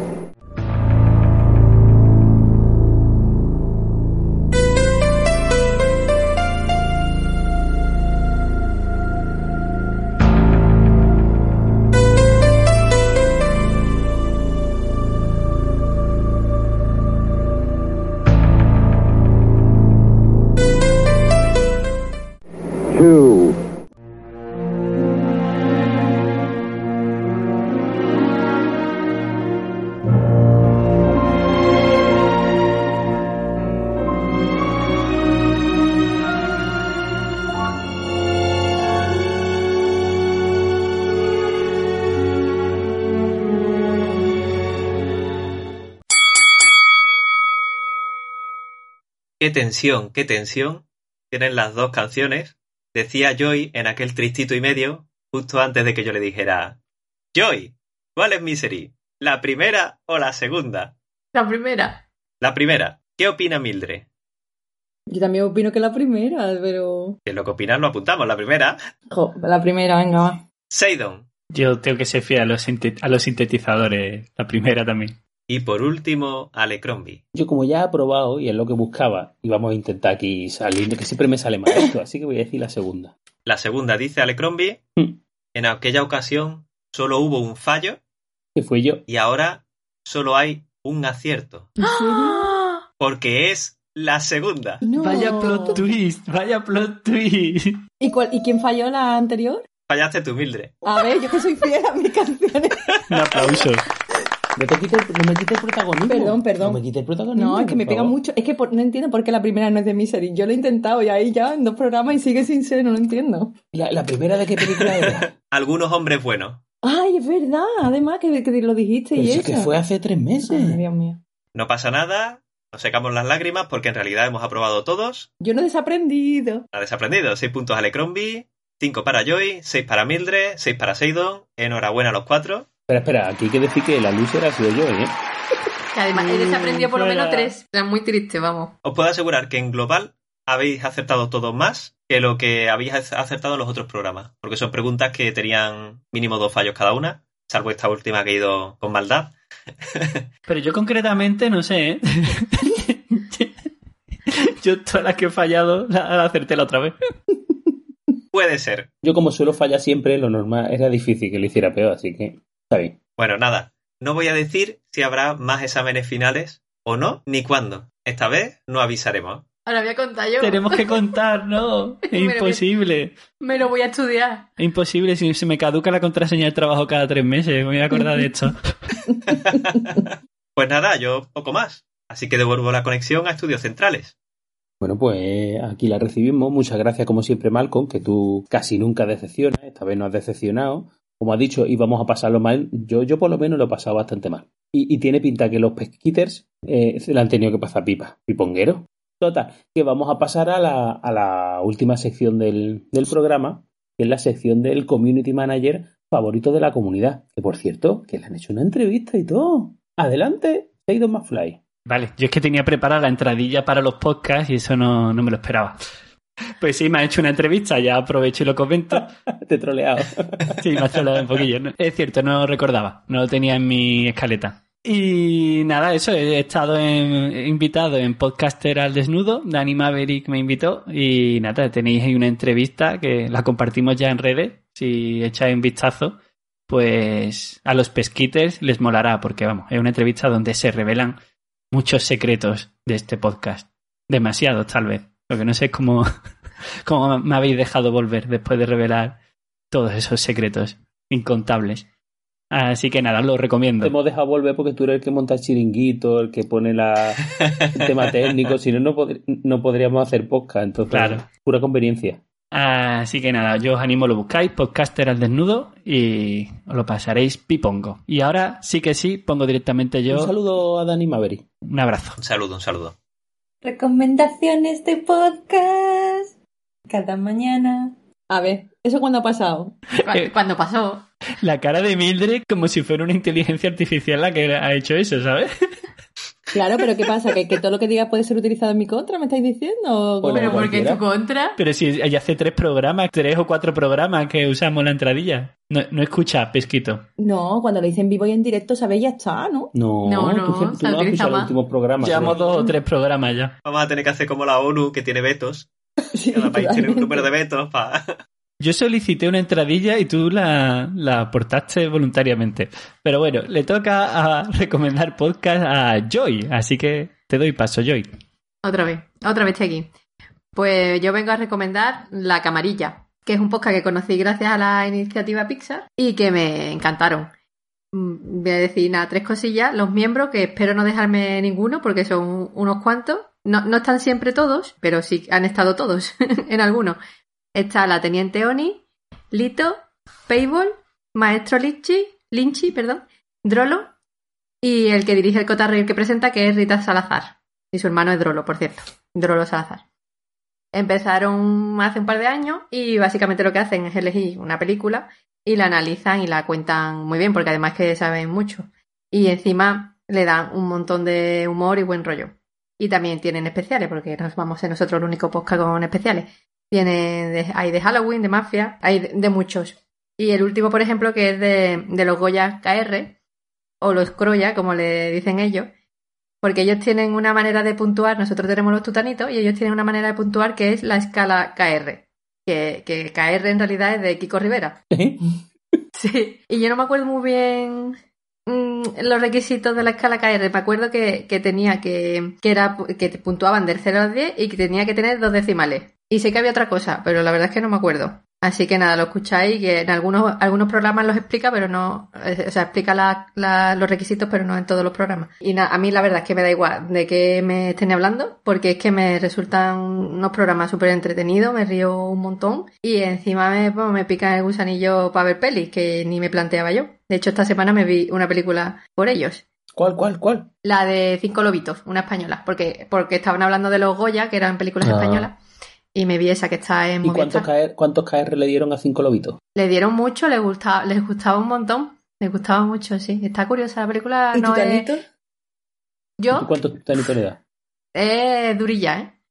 Qué tensión tienen las dos canciones, decía Joy en aquel tristito y medio, justo antes de que yo le dijera: Joy, ¿cuál es Misery? ¿La primera o la segunda? La primera. La primera. ¿Qué opina Mildred? Yo también opino que la primera, pero... Que lo que opinan lo apuntamos, la primera. La primera, venga, va. Seidon. Yo tengo que ser fiel a los sintetizadores. La primera también. Y por último, Alecrombie. Yo como ya he probado y es lo que buscaba, y vamos a intentar aquí salir, que siempre me sale mal esto, así que voy a decir la segunda. La segunda, dice Alecrombie. En aquella ocasión solo hubo un fallo. Que fui yo. Y ahora solo hay un acierto. ¿En serio? Porque es la segunda. No. Vaya plot twist. ¿Y quién falló la anterior? Fallaste tú, Mildred. A ver, yo que soy fiel a mis canciones. Un aplauso. No me quites el protagonismo. Perdón. No me quites el protagonismo. No, es que me pega mucho. Es que no entiendo por qué la primera no es de Misery. Yo lo he intentado y ahí ya en 2 programas y sigue sin ser, no lo entiendo. ¿La primera de qué película era? Algunos hombres buenos. Ay, es verdad. Además que lo dijiste. Pero y eso eso. que fue hace 3 meses. Ay, Dios mío. No pasa nada. Nos secamos las lágrimas porque en realidad hemos aprobado todos. Yo no he desaprendido. Ha desaprendido. 6 puntos Alecrombie, 5 para Joy, 6 para Mildred, 6 para Seidon. Enhorabuena a los 4. Espera, aquí hay que decir que la loser ha sido yo, ¿eh? Y además he desaprendido por lo menos 3. O sea, muy triste, vamos. Os puedo asegurar que en global habéis acertado todos más que lo que habéis acertado en los otros programas. Porque son preguntas que tenían mínimo 2 fallos cada una, salvo esta última que he ido con maldad. Pero yo concretamente no sé, ¿eh? Yo todas las que he fallado las acerté la otra vez. Puede ser. Yo como suelo fallar siempre, lo normal era difícil que lo hiciera peor, así que está bien. Bueno, nada. No voy a decir si habrá más exámenes finales o no, ni cuándo. Esta vez no avisaremos. Ahora voy a contar yo. Tenemos que contar, ¿no? Es imposible. Me lo voy a estudiar. Es imposible, si se me caduca la contraseña del trabajo cada 3 meses, me voy a acordar de esto. Pues nada, yo poco más. Así que devuelvo la conexión a Estudios Centrales. Bueno, pues aquí la recibimos. Muchas gracias, como siempre, Malcolm, que tú casi nunca decepcionas. Esta vez no has decepcionado. Como has dicho, íbamos a pasarlo mal. Yo por lo menos lo he pasado bastante mal. Y tiene pinta que los pesquiters se le han tenido que pasar pipa. Piponguero. Total, que vamos a pasar a la última sección del programa, que es la sección del Community Manager favorito de la comunidad. Que, por cierto, que le han hecho una entrevista y todo. Adelante, Seidon McFly. Vale, yo es que tenía preparada la entradilla para los podcasts y eso no me lo esperaba. Pues sí, me ha hecho una entrevista, ya aprovecho y lo comento. Te he troleado. Sí, me ha troleado un poquillo. Es cierto, no lo recordaba, no lo tenía en mi escaleta. Y nada, eso, he estado invitado en Podcaster al Desnudo, Dani Maverick me invitó y nada, tenéis ahí una entrevista que la compartimos ya en redes, si echáis un vistazo, pues a los pesquites les molará porque vamos, es una entrevista donde se revelan muchos secretos de este podcast, demasiados tal vez. Lo que no sé es cómo me habéis dejado volver después de revelar todos esos secretos incontables. Así que nada, lo recomiendo. Te hemos dejado volver porque tú eres el que monta el chiringuito, el que pone el tema técnico. Si no podríamos hacer podcast. Entonces, claro. Pura conveniencia. Así que nada, yo os animo, lo buscáis, Podcaster al Desnudo, y os lo pasaréis pipongo. Y ahora sí que sí, pongo directamente yo... Un saludo a Dani Maverick. Un abrazo. Un saludo. Recomendaciones de podcast cada mañana. A ver, ¿eso cuándo ha pasado? ¿Cuándo pasó? La cara de Mildred como si fuera una inteligencia artificial la que ha hecho eso, ¿sabes? Claro, pero ¿qué pasa? ¿Que todo lo que diga puede ser utilizado en mi contra? ¿Me estáis diciendo? ¿Pero por qué en tu contra? Pero si ella hace 3 o 4 programas que usamos la entradilla. No escucha, Pesquito. No, cuando lo hice en vivo y en directo, ¿sabéis? Ya está, ¿no? No, tú no has escuchado los últimos programas. Llevamos 2 o 3 programas ya. Vamos a tener que hacer como la ONU, que tiene vetos. Sí, cada país tiene un número de vetos para... Yo solicité una entradilla y tú la aportaste voluntariamente. Pero bueno, le toca a recomendar podcast a Joy, así que te doy paso, Joy. Otra vez estoy aquí. Pues yo vengo a recomendar La Camarilla, que es un podcast que conocí gracias a la iniciativa Pixar y que me encantaron. Voy a decir 3 cosillas. Los miembros, que espero no dejarme ninguno porque son unos cuantos. No están siempre todos, pero sí han estado todos en algunos. Está la Teniente Oni, Lito, Payball, Maestro Lynchy, Drolo y el que dirige el cotarro y el que presenta, que es Rita Salazar. Y su hermano es Drolo, por cierto. Drolo Salazar. Empezaron hace un par de años y básicamente lo que hacen es elegir una película y la analizan y la cuentan muy bien, porque además que saben mucho. Y encima le dan un montón de humor y buen rollo. Y también tienen especiales, porque vamos a ser nosotros el único podcast con especiales. Hay de Halloween, de Mafia, hay de muchos. Y el último, por ejemplo, que es de los Goya KR, o los Croya, como le dicen ellos, porque ellos tienen una manera de puntuar, nosotros tenemos los tutanitos, y ellos tienen una manera de puntuar que es la escala KR, que KR en realidad es de Kiko Rivera. Sí, y yo no me acuerdo muy bien los requisitos de la escala KR. Me acuerdo que tenía que te puntuaban del 0 al 10 y que tenía que tener 2 decimales. Y sé que había otra cosa, pero la verdad es que no me acuerdo. Así que nada, lo escucháis, que en algunos programas los explica, pero no... O sea, explica los requisitos, pero no en todos los programas. Y a mí la verdad es que me da igual de qué me estén hablando, porque es que me resultan unos programas súper entretenidos, me río un montón. Y encima me pica el gusanillo para ver pelis, que ni me planteaba yo. De hecho, esta semana me vi una película por ellos. ¿Cuál? La de 5 lobitos, una española. Porque estaban hablando de los Goya, que eran películas españolas. Y me vi esa que está en Movistar. ¿Y cuántos KR le dieron a 5 lobitos? Le dieron mucho, les gustaba un montón. Les gustaba mucho, sí. Está curiosa la película. ¿Y no tutanito? ¿Yo? ¿Y cuántos tutanitos le das? Durilla, ¿eh?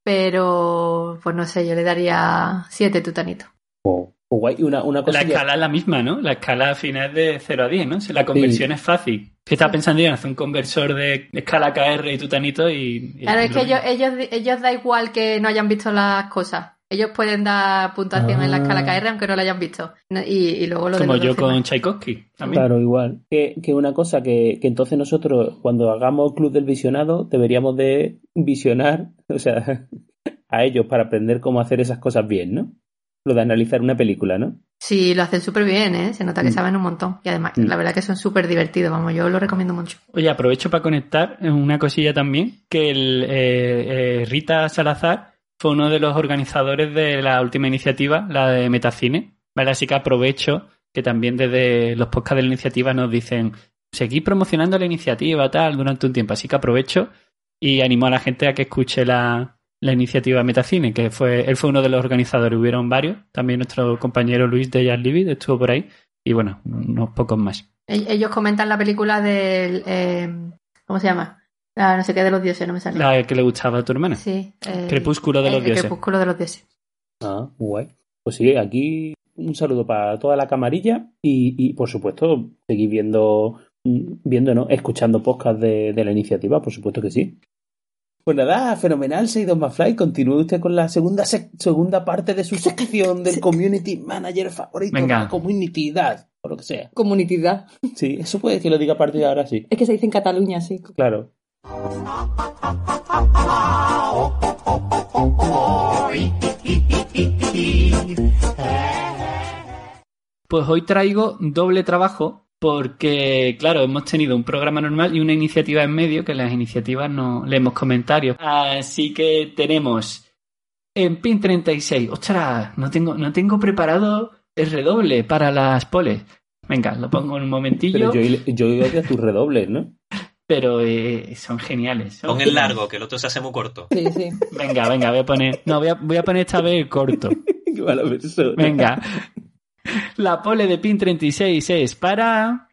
pero pues no sé, yo le daría 7 tutanitos. Guay. Una cosa la escala es la misma, ¿no? La escala al final es de 0 a 10, ¿no? Si la conversión es fácil. Estaba pensando yo en hacer un conversor de escala KR y tutanito y claro, es que ellos da igual que no hayan visto las cosas. Ellos pueden dar puntuación en la escala KR aunque no la hayan visto. Y luego lo de como los yo con decimales. Tchaikovsky también. Claro, igual. Que una cosa que entonces nosotros, cuando hagamos Club del Visionado, deberíamos de visionar, o sea, a ellos para aprender cómo hacer esas cosas bien, ¿no? Lo de analizar una película, ¿no? Sí, lo hacen súper bien, ¿eh? Se nota que saben un montón. Y además, la verdad que son súper divertidos. Vamos, yo lo recomiendo mucho. Oye, aprovecho para conectar una cosilla también, que Rita Salazar fue uno de los organizadores de la última iniciativa, la de Metacine, ¿vale? Así que aprovecho que también desde los podcasts de la iniciativa nos dicen seguid promocionando la iniciativa tal durante un tiempo. Así que aprovecho y animo a la gente a que escuche la iniciativa Metacine, que él fue uno de los organizadores. Hubieron varios, también nuestro compañero Luis de Jazz Libid estuvo por ahí y bueno, unos pocos más. Ellos comentan la película del... ¿cómo se llama? No sé qué de los dioses, no me sale. La que le gustaba a tu hermana. Sí. Crepúsculo de los dioses. Crepúsculo de los dioses. Ah, guay. Pues sí, aquí un saludo para toda la camarilla y por supuesto seguir viendo, ¿no? Escuchando podcast de la iniciativa, por supuesto que sí. Pues nada, fenomenal, Seidon McFly. Continúe usted con la segunda parte de su sección del Community Manager favorito. Venga. Comunitidad, o lo que sea. Comunitidad. Sí, eso puede que lo diga a partir de ahora, sí. Es que se dice en Cataluña, sí. Claro. Pues hoy traigo doble trabajo porque, claro, hemos tenido un programa normal y una iniciativa en medio, que las iniciativas no leemos comentarios. Así que tenemos en Pin 36. ¡Ostras! No tengo preparado el redoble para las poles. Venga, lo pongo en un momentillo. Pero yo odio tus redobles, ¿no? Pero son geniales. Pon el largo, que el otro se hace muy corto. Sí, sí. Venga, voy a poner... No, voy a poner esta vez el corto. Qué mala persona. Venga. La pole de Pin 36 es para...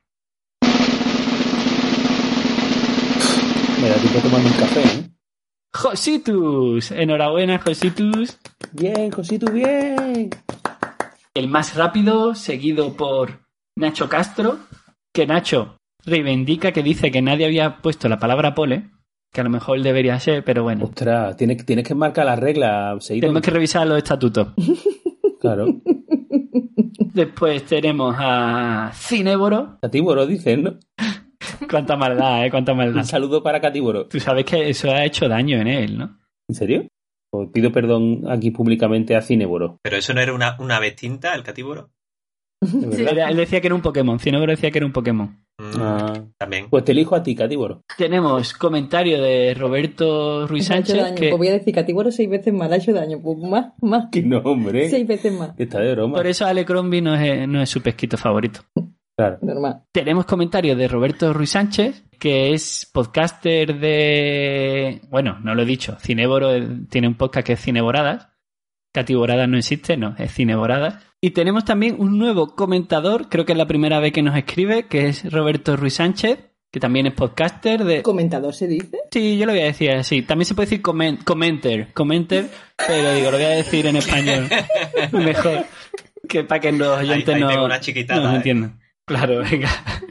Me da tiempo tomando un café, ¿eh? Jositus. Enhorabuena, Jositus. Bien, Jositus, bien. El más rápido, seguido por Nacho Castro. Que Nacho reivindica, que dice que nadie había puesto la palabra pole, que a lo mejor debería ser, pero bueno. Ostras, tienes que marcar las reglas, Seidon. Tenemos que revisar los estatutos. Claro. Después tenemos a Cinéboro. Catívoro, dicen, ¿no? Cuánta maldad, cuánta maldad. Un saludo para Catívoro. Tú sabes que eso ha hecho daño en él, ¿no? ¿En serio? Pues pido perdón aquí públicamente a Cinéboro. ¿Pero eso no era una ave tinta, el catívoro? Sí. Él decía que era un Pokémon. Cinéboro decía que era un Pokémon. También. Pues te elijo a ti, Catívoro. Tenemos comentario de Roberto Ruiz Sánchez. Pues voy a decir Catívoro 6 veces más, le ha hecho daño. Pues más. Que no, hombre. 6 veces más. Está de broma. Por eso Alecrombie no es su pesquito favorito. Claro. Normal. Tenemos comentario de Roberto Ruiz Sánchez, que es podcaster de... Bueno, no lo he dicho. Cinéboro tiene un podcast que es Cineboradas. Catiboradas no existe, no, es Cineboradas. Y tenemos también un nuevo comentador, creo que es la primera vez que nos escribe, que es Roberto Ruiz Sánchez, que también es podcaster de... ¿Comentador se dice? Sí, yo lo voy a decir así. También se puede decir commenter, pero digo, lo voy a decir en español mejor, que para que los oyentes ahí no tengo una chiquitada, no entiendan. Claro, venga.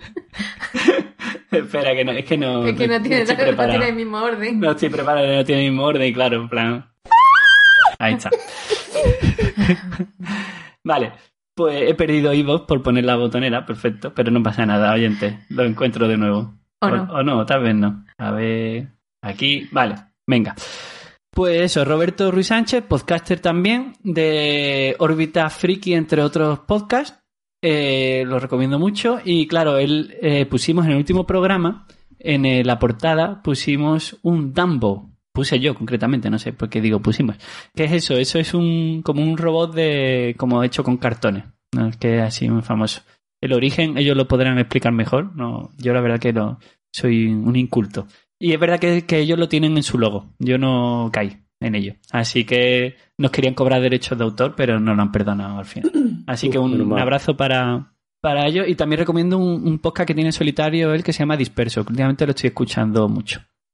Espera, que no, es que no... Es que no tiene el mismo orden. No estoy preparado, no tiene el mismo orden, claro, en plan... Ahí está. Vale, pues he perdido iVoox por poner la botonera, perfecto, pero no pasa nada, oyente, lo encuentro de nuevo. O no, tal vez no. A ver, aquí, vale, venga. Pues eso, Roberto Ruiz Sánchez, podcaster también de Órbita Friki, entre otros podcasts. Lo recomiendo mucho. Y claro, él pusimos en el último programa, en la portada, pusimos un Dumbo. Puse yo concretamente, no sé por qué digo pusimos. ¿Qué es eso? Eso es como un robot como hecho con cartones, ¿no? Que es así muy famoso. El origen ellos lo podrán explicar mejor. No, yo la verdad que no soy un inculto. Y es verdad que ellos lo tienen en su logo. Yo no caí en ello. Así que nos querían cobrar derechos de autor, pero no lo han perdonado al final. Así que un abrazo para ellos. Y también recomiendo un podcast que tiene en solitario él que se llama Disperso. Últimamente lo estoy escuchando mucho.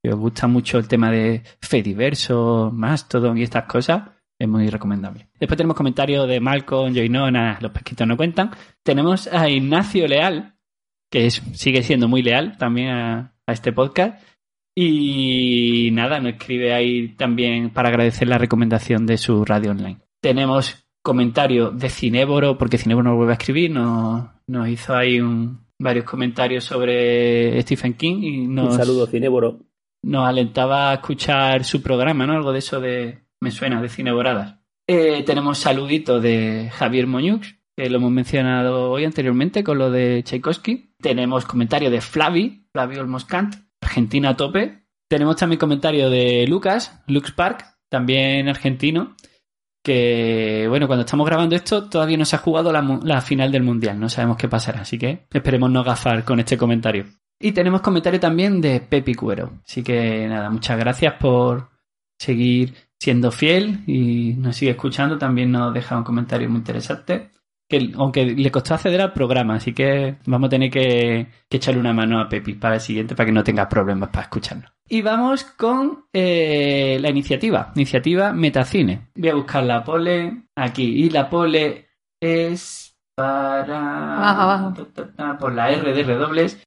Si os gusta mucho el tema de Fediverso, Mastodon y estas cosas, es muy recomendable. Después tenemos comentarios de Malcolm, Joinona, los pesquitos no cuentan. Tenemos a Ignacio Leal, que sigue siendo muy leal también a este podcast. Y nada, nos escribe ahí también para agradecer la recomendación de su radio online. Tenemos comentario de Cinéboro, porque Cinéboro nos vuelve a escribir, nos hizo ahí varios comentarios sobre Stephen King y un saludo, Cinéboro. Nos alentaba a escuchar su programa, ¿no? Algo de eso me suena, de Cineboradas. Tenemos saludito de Javier Moñux, que lo hemos mencionado hoy anteriormente con lo de Tchaikovsky. Tenemos comentario de Flavio Olmoscant, Argentina a tope. Tenemos también comentario de Lux Park, también argentino, que, bueno, cuando estamos grabando esto todavía no se ha jugado la final del Mundial, no sabemos qué pasará, así que esperemos no gafar con este comentario. Y tenemos comentario también de Pepi Cuero, así que nada, muchas gracias por seguir siendo fiel y nos sigue escuchando, también nos deja un comentario muy interesante. Que aunque le costó acceder al programa, así que vamos a tener que echarle una mano a Pepi para el siguiente, para que no tenga problemas para escucharnos. Y vamos con la iniciativa Metacine. Voy a buscar la pole aquí, y la pole es para... Abajo. Por la R de redobles.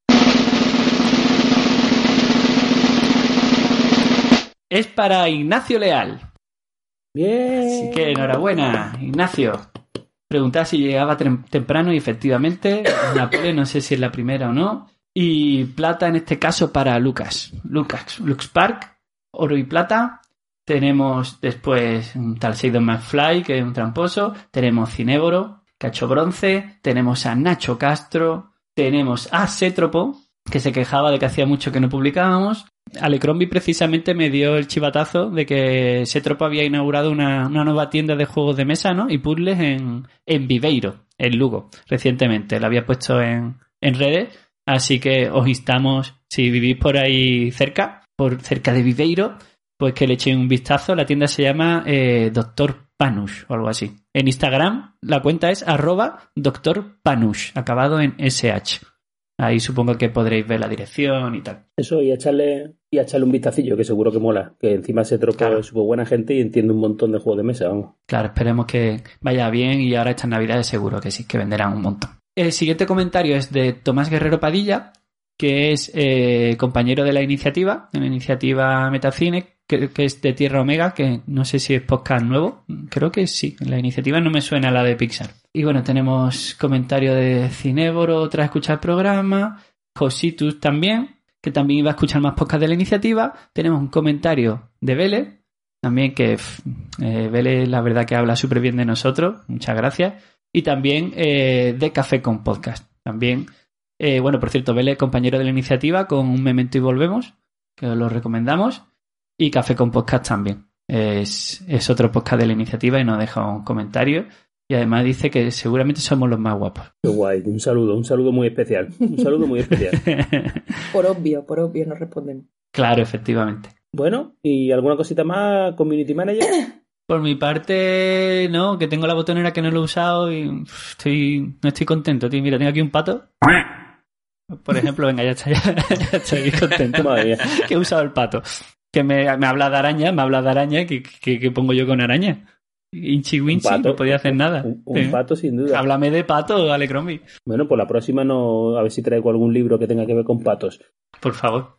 Es para Ignacio Leal. Bien. Así que enhorabuena, Ignacio. Preguntaba si llegaba temprano y efectivamente una pole, no sé si es la primera o no. Y plata en este caso para Lux Park, oro y plata. Tenemos después un tal Seidon McFly, que es un tramposo. Tenemos Cinéboro, que ha hecho bronce. Tenemos a Nacho Castro. Tenemos a Sétropo, que se quejaba de que hacía mucho que no publicábamos. Alecrombie precisamente me dio el chivatazo de que Sétropo había inaugurado una nueva tienda de juegos de mesa, ¿no? Y puzzles en Viveiro, en Lugo, recientemente. La había puesto en redes, así que os instamos, si vivís por ahí cerca de Viveiro, pues que le echéis un vistazo. La tienda se llama Dr. Panush o algo así. En Instagram la cuenta es @Dr. Panush, acabado en SH. Ahí supongo que podréis ver la dirección y tal. Eso, y echarle un vistacillo, que seguro que mola. Que encima Sétropo es súper buena gente y entiende un montón de juegos de mesa, vamos. Claro, esperemos que vaya bien y ahora estas navidades seguro que sí, que venderán un montón. El siguiente comentario es de Tomás Guerrero Padilla, que es compañero de la iniciativa Metacine, que es de Tierra Omega, que no sé si es podcast nuevo, creo que sí. La iniciativa no me suena a la de Pixar. Y bueno, tenemos comentario de Cinéboro tras escuchar el programa, Jositus también, que también iba a escuchar más podcast de la iniciativa. Tenemos un comentario de Vélez, también que Vélez la verdad que habla súper bien de nosotros, muchas gracias. Y también de Café con Podcast, también. Bueno, por cierto, Vélez, compañero de la iniciativa con Un Memento y Volvemos, que os lo recomendamos. Y Café con Podcast también. Es otro podcast de la iniciativa y nos deja un comentario. Y además dice que seguramente somos los más guapos. Qué guay, un saludo muy especial. Un saludo muy especial. Por obvio nos respondemos. Claro, efectivamente. Bueno, ¿y alguna cosita más, Community Manager? Por mi parte, no, que tengo la botonera que no lo he usado y no estoy contento, tío. Mira, tengo aquí un pato. Por ejemplo, venga, ya estoy contento. Madre mía. Que he usado el pato. Que me habla de araña, que pongo yo con araña. Inchi Winchi, no podía hacer nada. Un pato, sin duda. Háblame de pato, Alecrombie. Bueno, pues la próxima a ver si traigo algún libro que tenga que ver con patos. Por favor.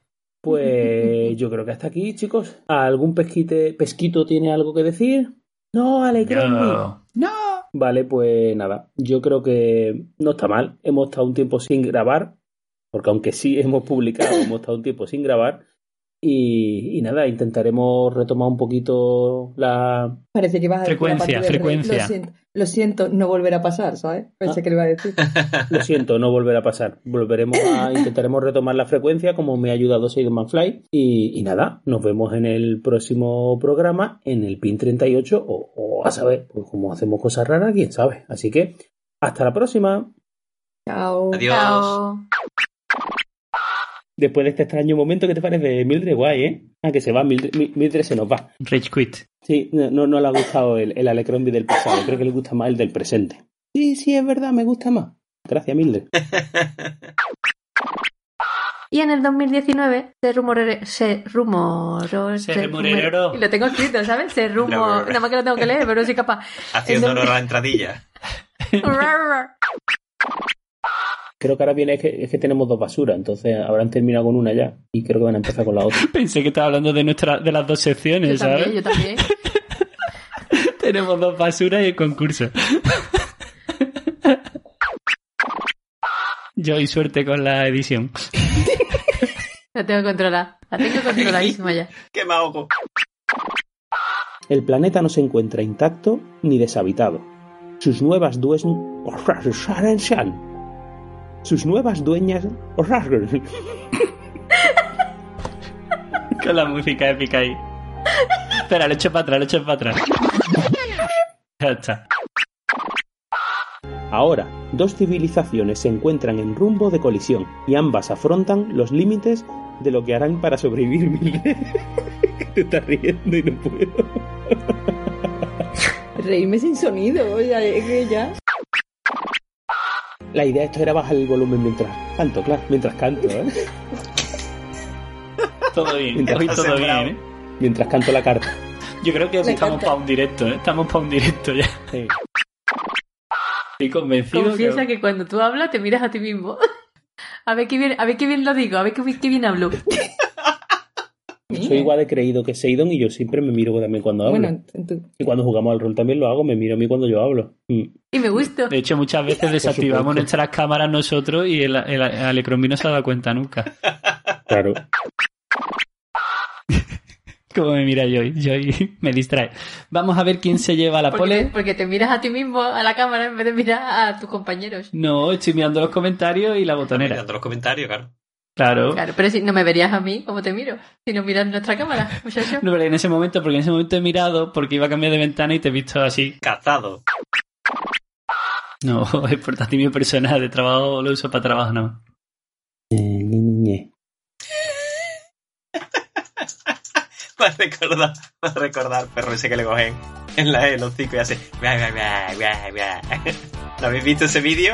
Pues yo creo que hasta aquí, chicos. ¿Algún pesquito tiene algo que decir? No, Alecrombie. No. Vale, pues nada. Yo creo que no está mal. Hemos estado un tiempo sin grabar, porque aunque sí hemos publicado, hemos estado un tiempo sin grabar. Y nada, intentaremos retomar un poquito la Parece que ibas a frecuencia. Lo siento, no volverá a pasar, ¿sabes? Pensé que le iba a decir. Lo siento, no volverá a pasar. Intentaremos retomar la frecuencia, como me ha ayudado Seidon McFly. Y nada, nos vemos en el próximo programa, en el PIN 38, o a saber, pues como hacemos cosas raras, quién sabe. Así que, hasta la próxima. Chao. Adiós. Chao. Después de este extraño momento, ¿qué te parece, Mildred? Guay, ¿eh? Que se va, Mildred se nos va. Rage quit. Sí, no le ha gustado el Alecrombie del pasado. Creo que le gusta más el del presente. Sí, es verdad, me gusta más. Gracias, Mildred. Y en el 2019 se rumoró. Y lo tengo escrito, ¿sabes? Nada más que lo tengo que leer, pero no soy capaz. Haciendo honor a la entradilla. Creo que ahora viene es que tenemos 2 basuras, entonces habrán terminado con una ya y creo que van a empezar con la otra. Pensé que estaba hablando de las 2 secciones, ¿sabes? Yo también. Tenemos 2 basuras y el concurso. Yo y suerte con la edición. La tengo controlada. La tengo controladísima ya. ¡Qué me ahogo! El planeta no se encuentra intacto ni deshabitado. Sus nuevas dueñas... Con la música épica ahí. Espera, lo echo para atrás. Ya está. Ahora, 2 civilizaciones se encuentran en rumbo de colisión y ambas afrontan los límites de lo que harán para sobrevivir 1000 veces. Te estás riendo y no puedo. Reírme sin sonido, es que ya... La idea de esto era bajar el volumen mientras canto, ¿eh? Todo bien, hoy todo bien, ¿eh? Mientras canto la carta. Yo creo que estamos para un directo, ¿eh? Estamos para un directo ya. Sí. Estoy convencido. Confiesa que cuando tú hablas te miras a ti mismo. A ver qué bien lo digo, a ver qué bien hablo. Soy igual de creído que Seidon y yo siempre me miro también cuando hablo. Bueno, y cuando jugamos al rol también lo hago, me miro a mí cuando yo hablo. Y me gusta. De hecho, muchas veces desactivamos nuestras cámaras nosotros y el Alecrombi no se ha dado cuenta nunca. Claro. Como me mira Joy me distrae. Vamos a ver quién se lleva la pole. Porque te miras a ti mismo a la cámara en vez de mirar a tus compañeros. No, estoy mirando los comentarios y la botonera. Mirando los comentarios, claro. Claro, pero si no me verías a mí como te miro, si no miras nuestra cámara, muchacho. No, pero en ese momento he mirado porque iba a cambiar de ventana y te he visto así. Cazado. No, es portátil personal, de trabajo lo uso para trabajo nada más. Va a recordar perro ese que le cogen en el hocico y hace... ¿No habéis visto ese vídeo?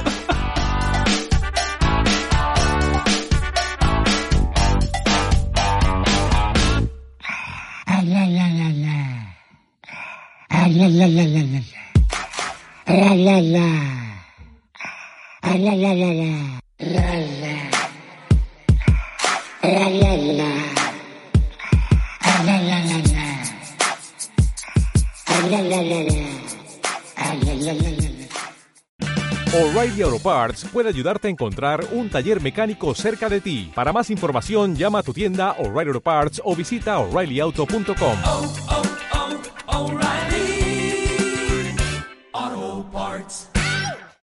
O'Reilly Auto Parts puede ayudarte a encontrar un taller mecánico cerca de ti. Para más información, llama a tu tienda O'Reilly Auto Parts o visita O'ReillyAuto.com. O'Reilly Auto Parts.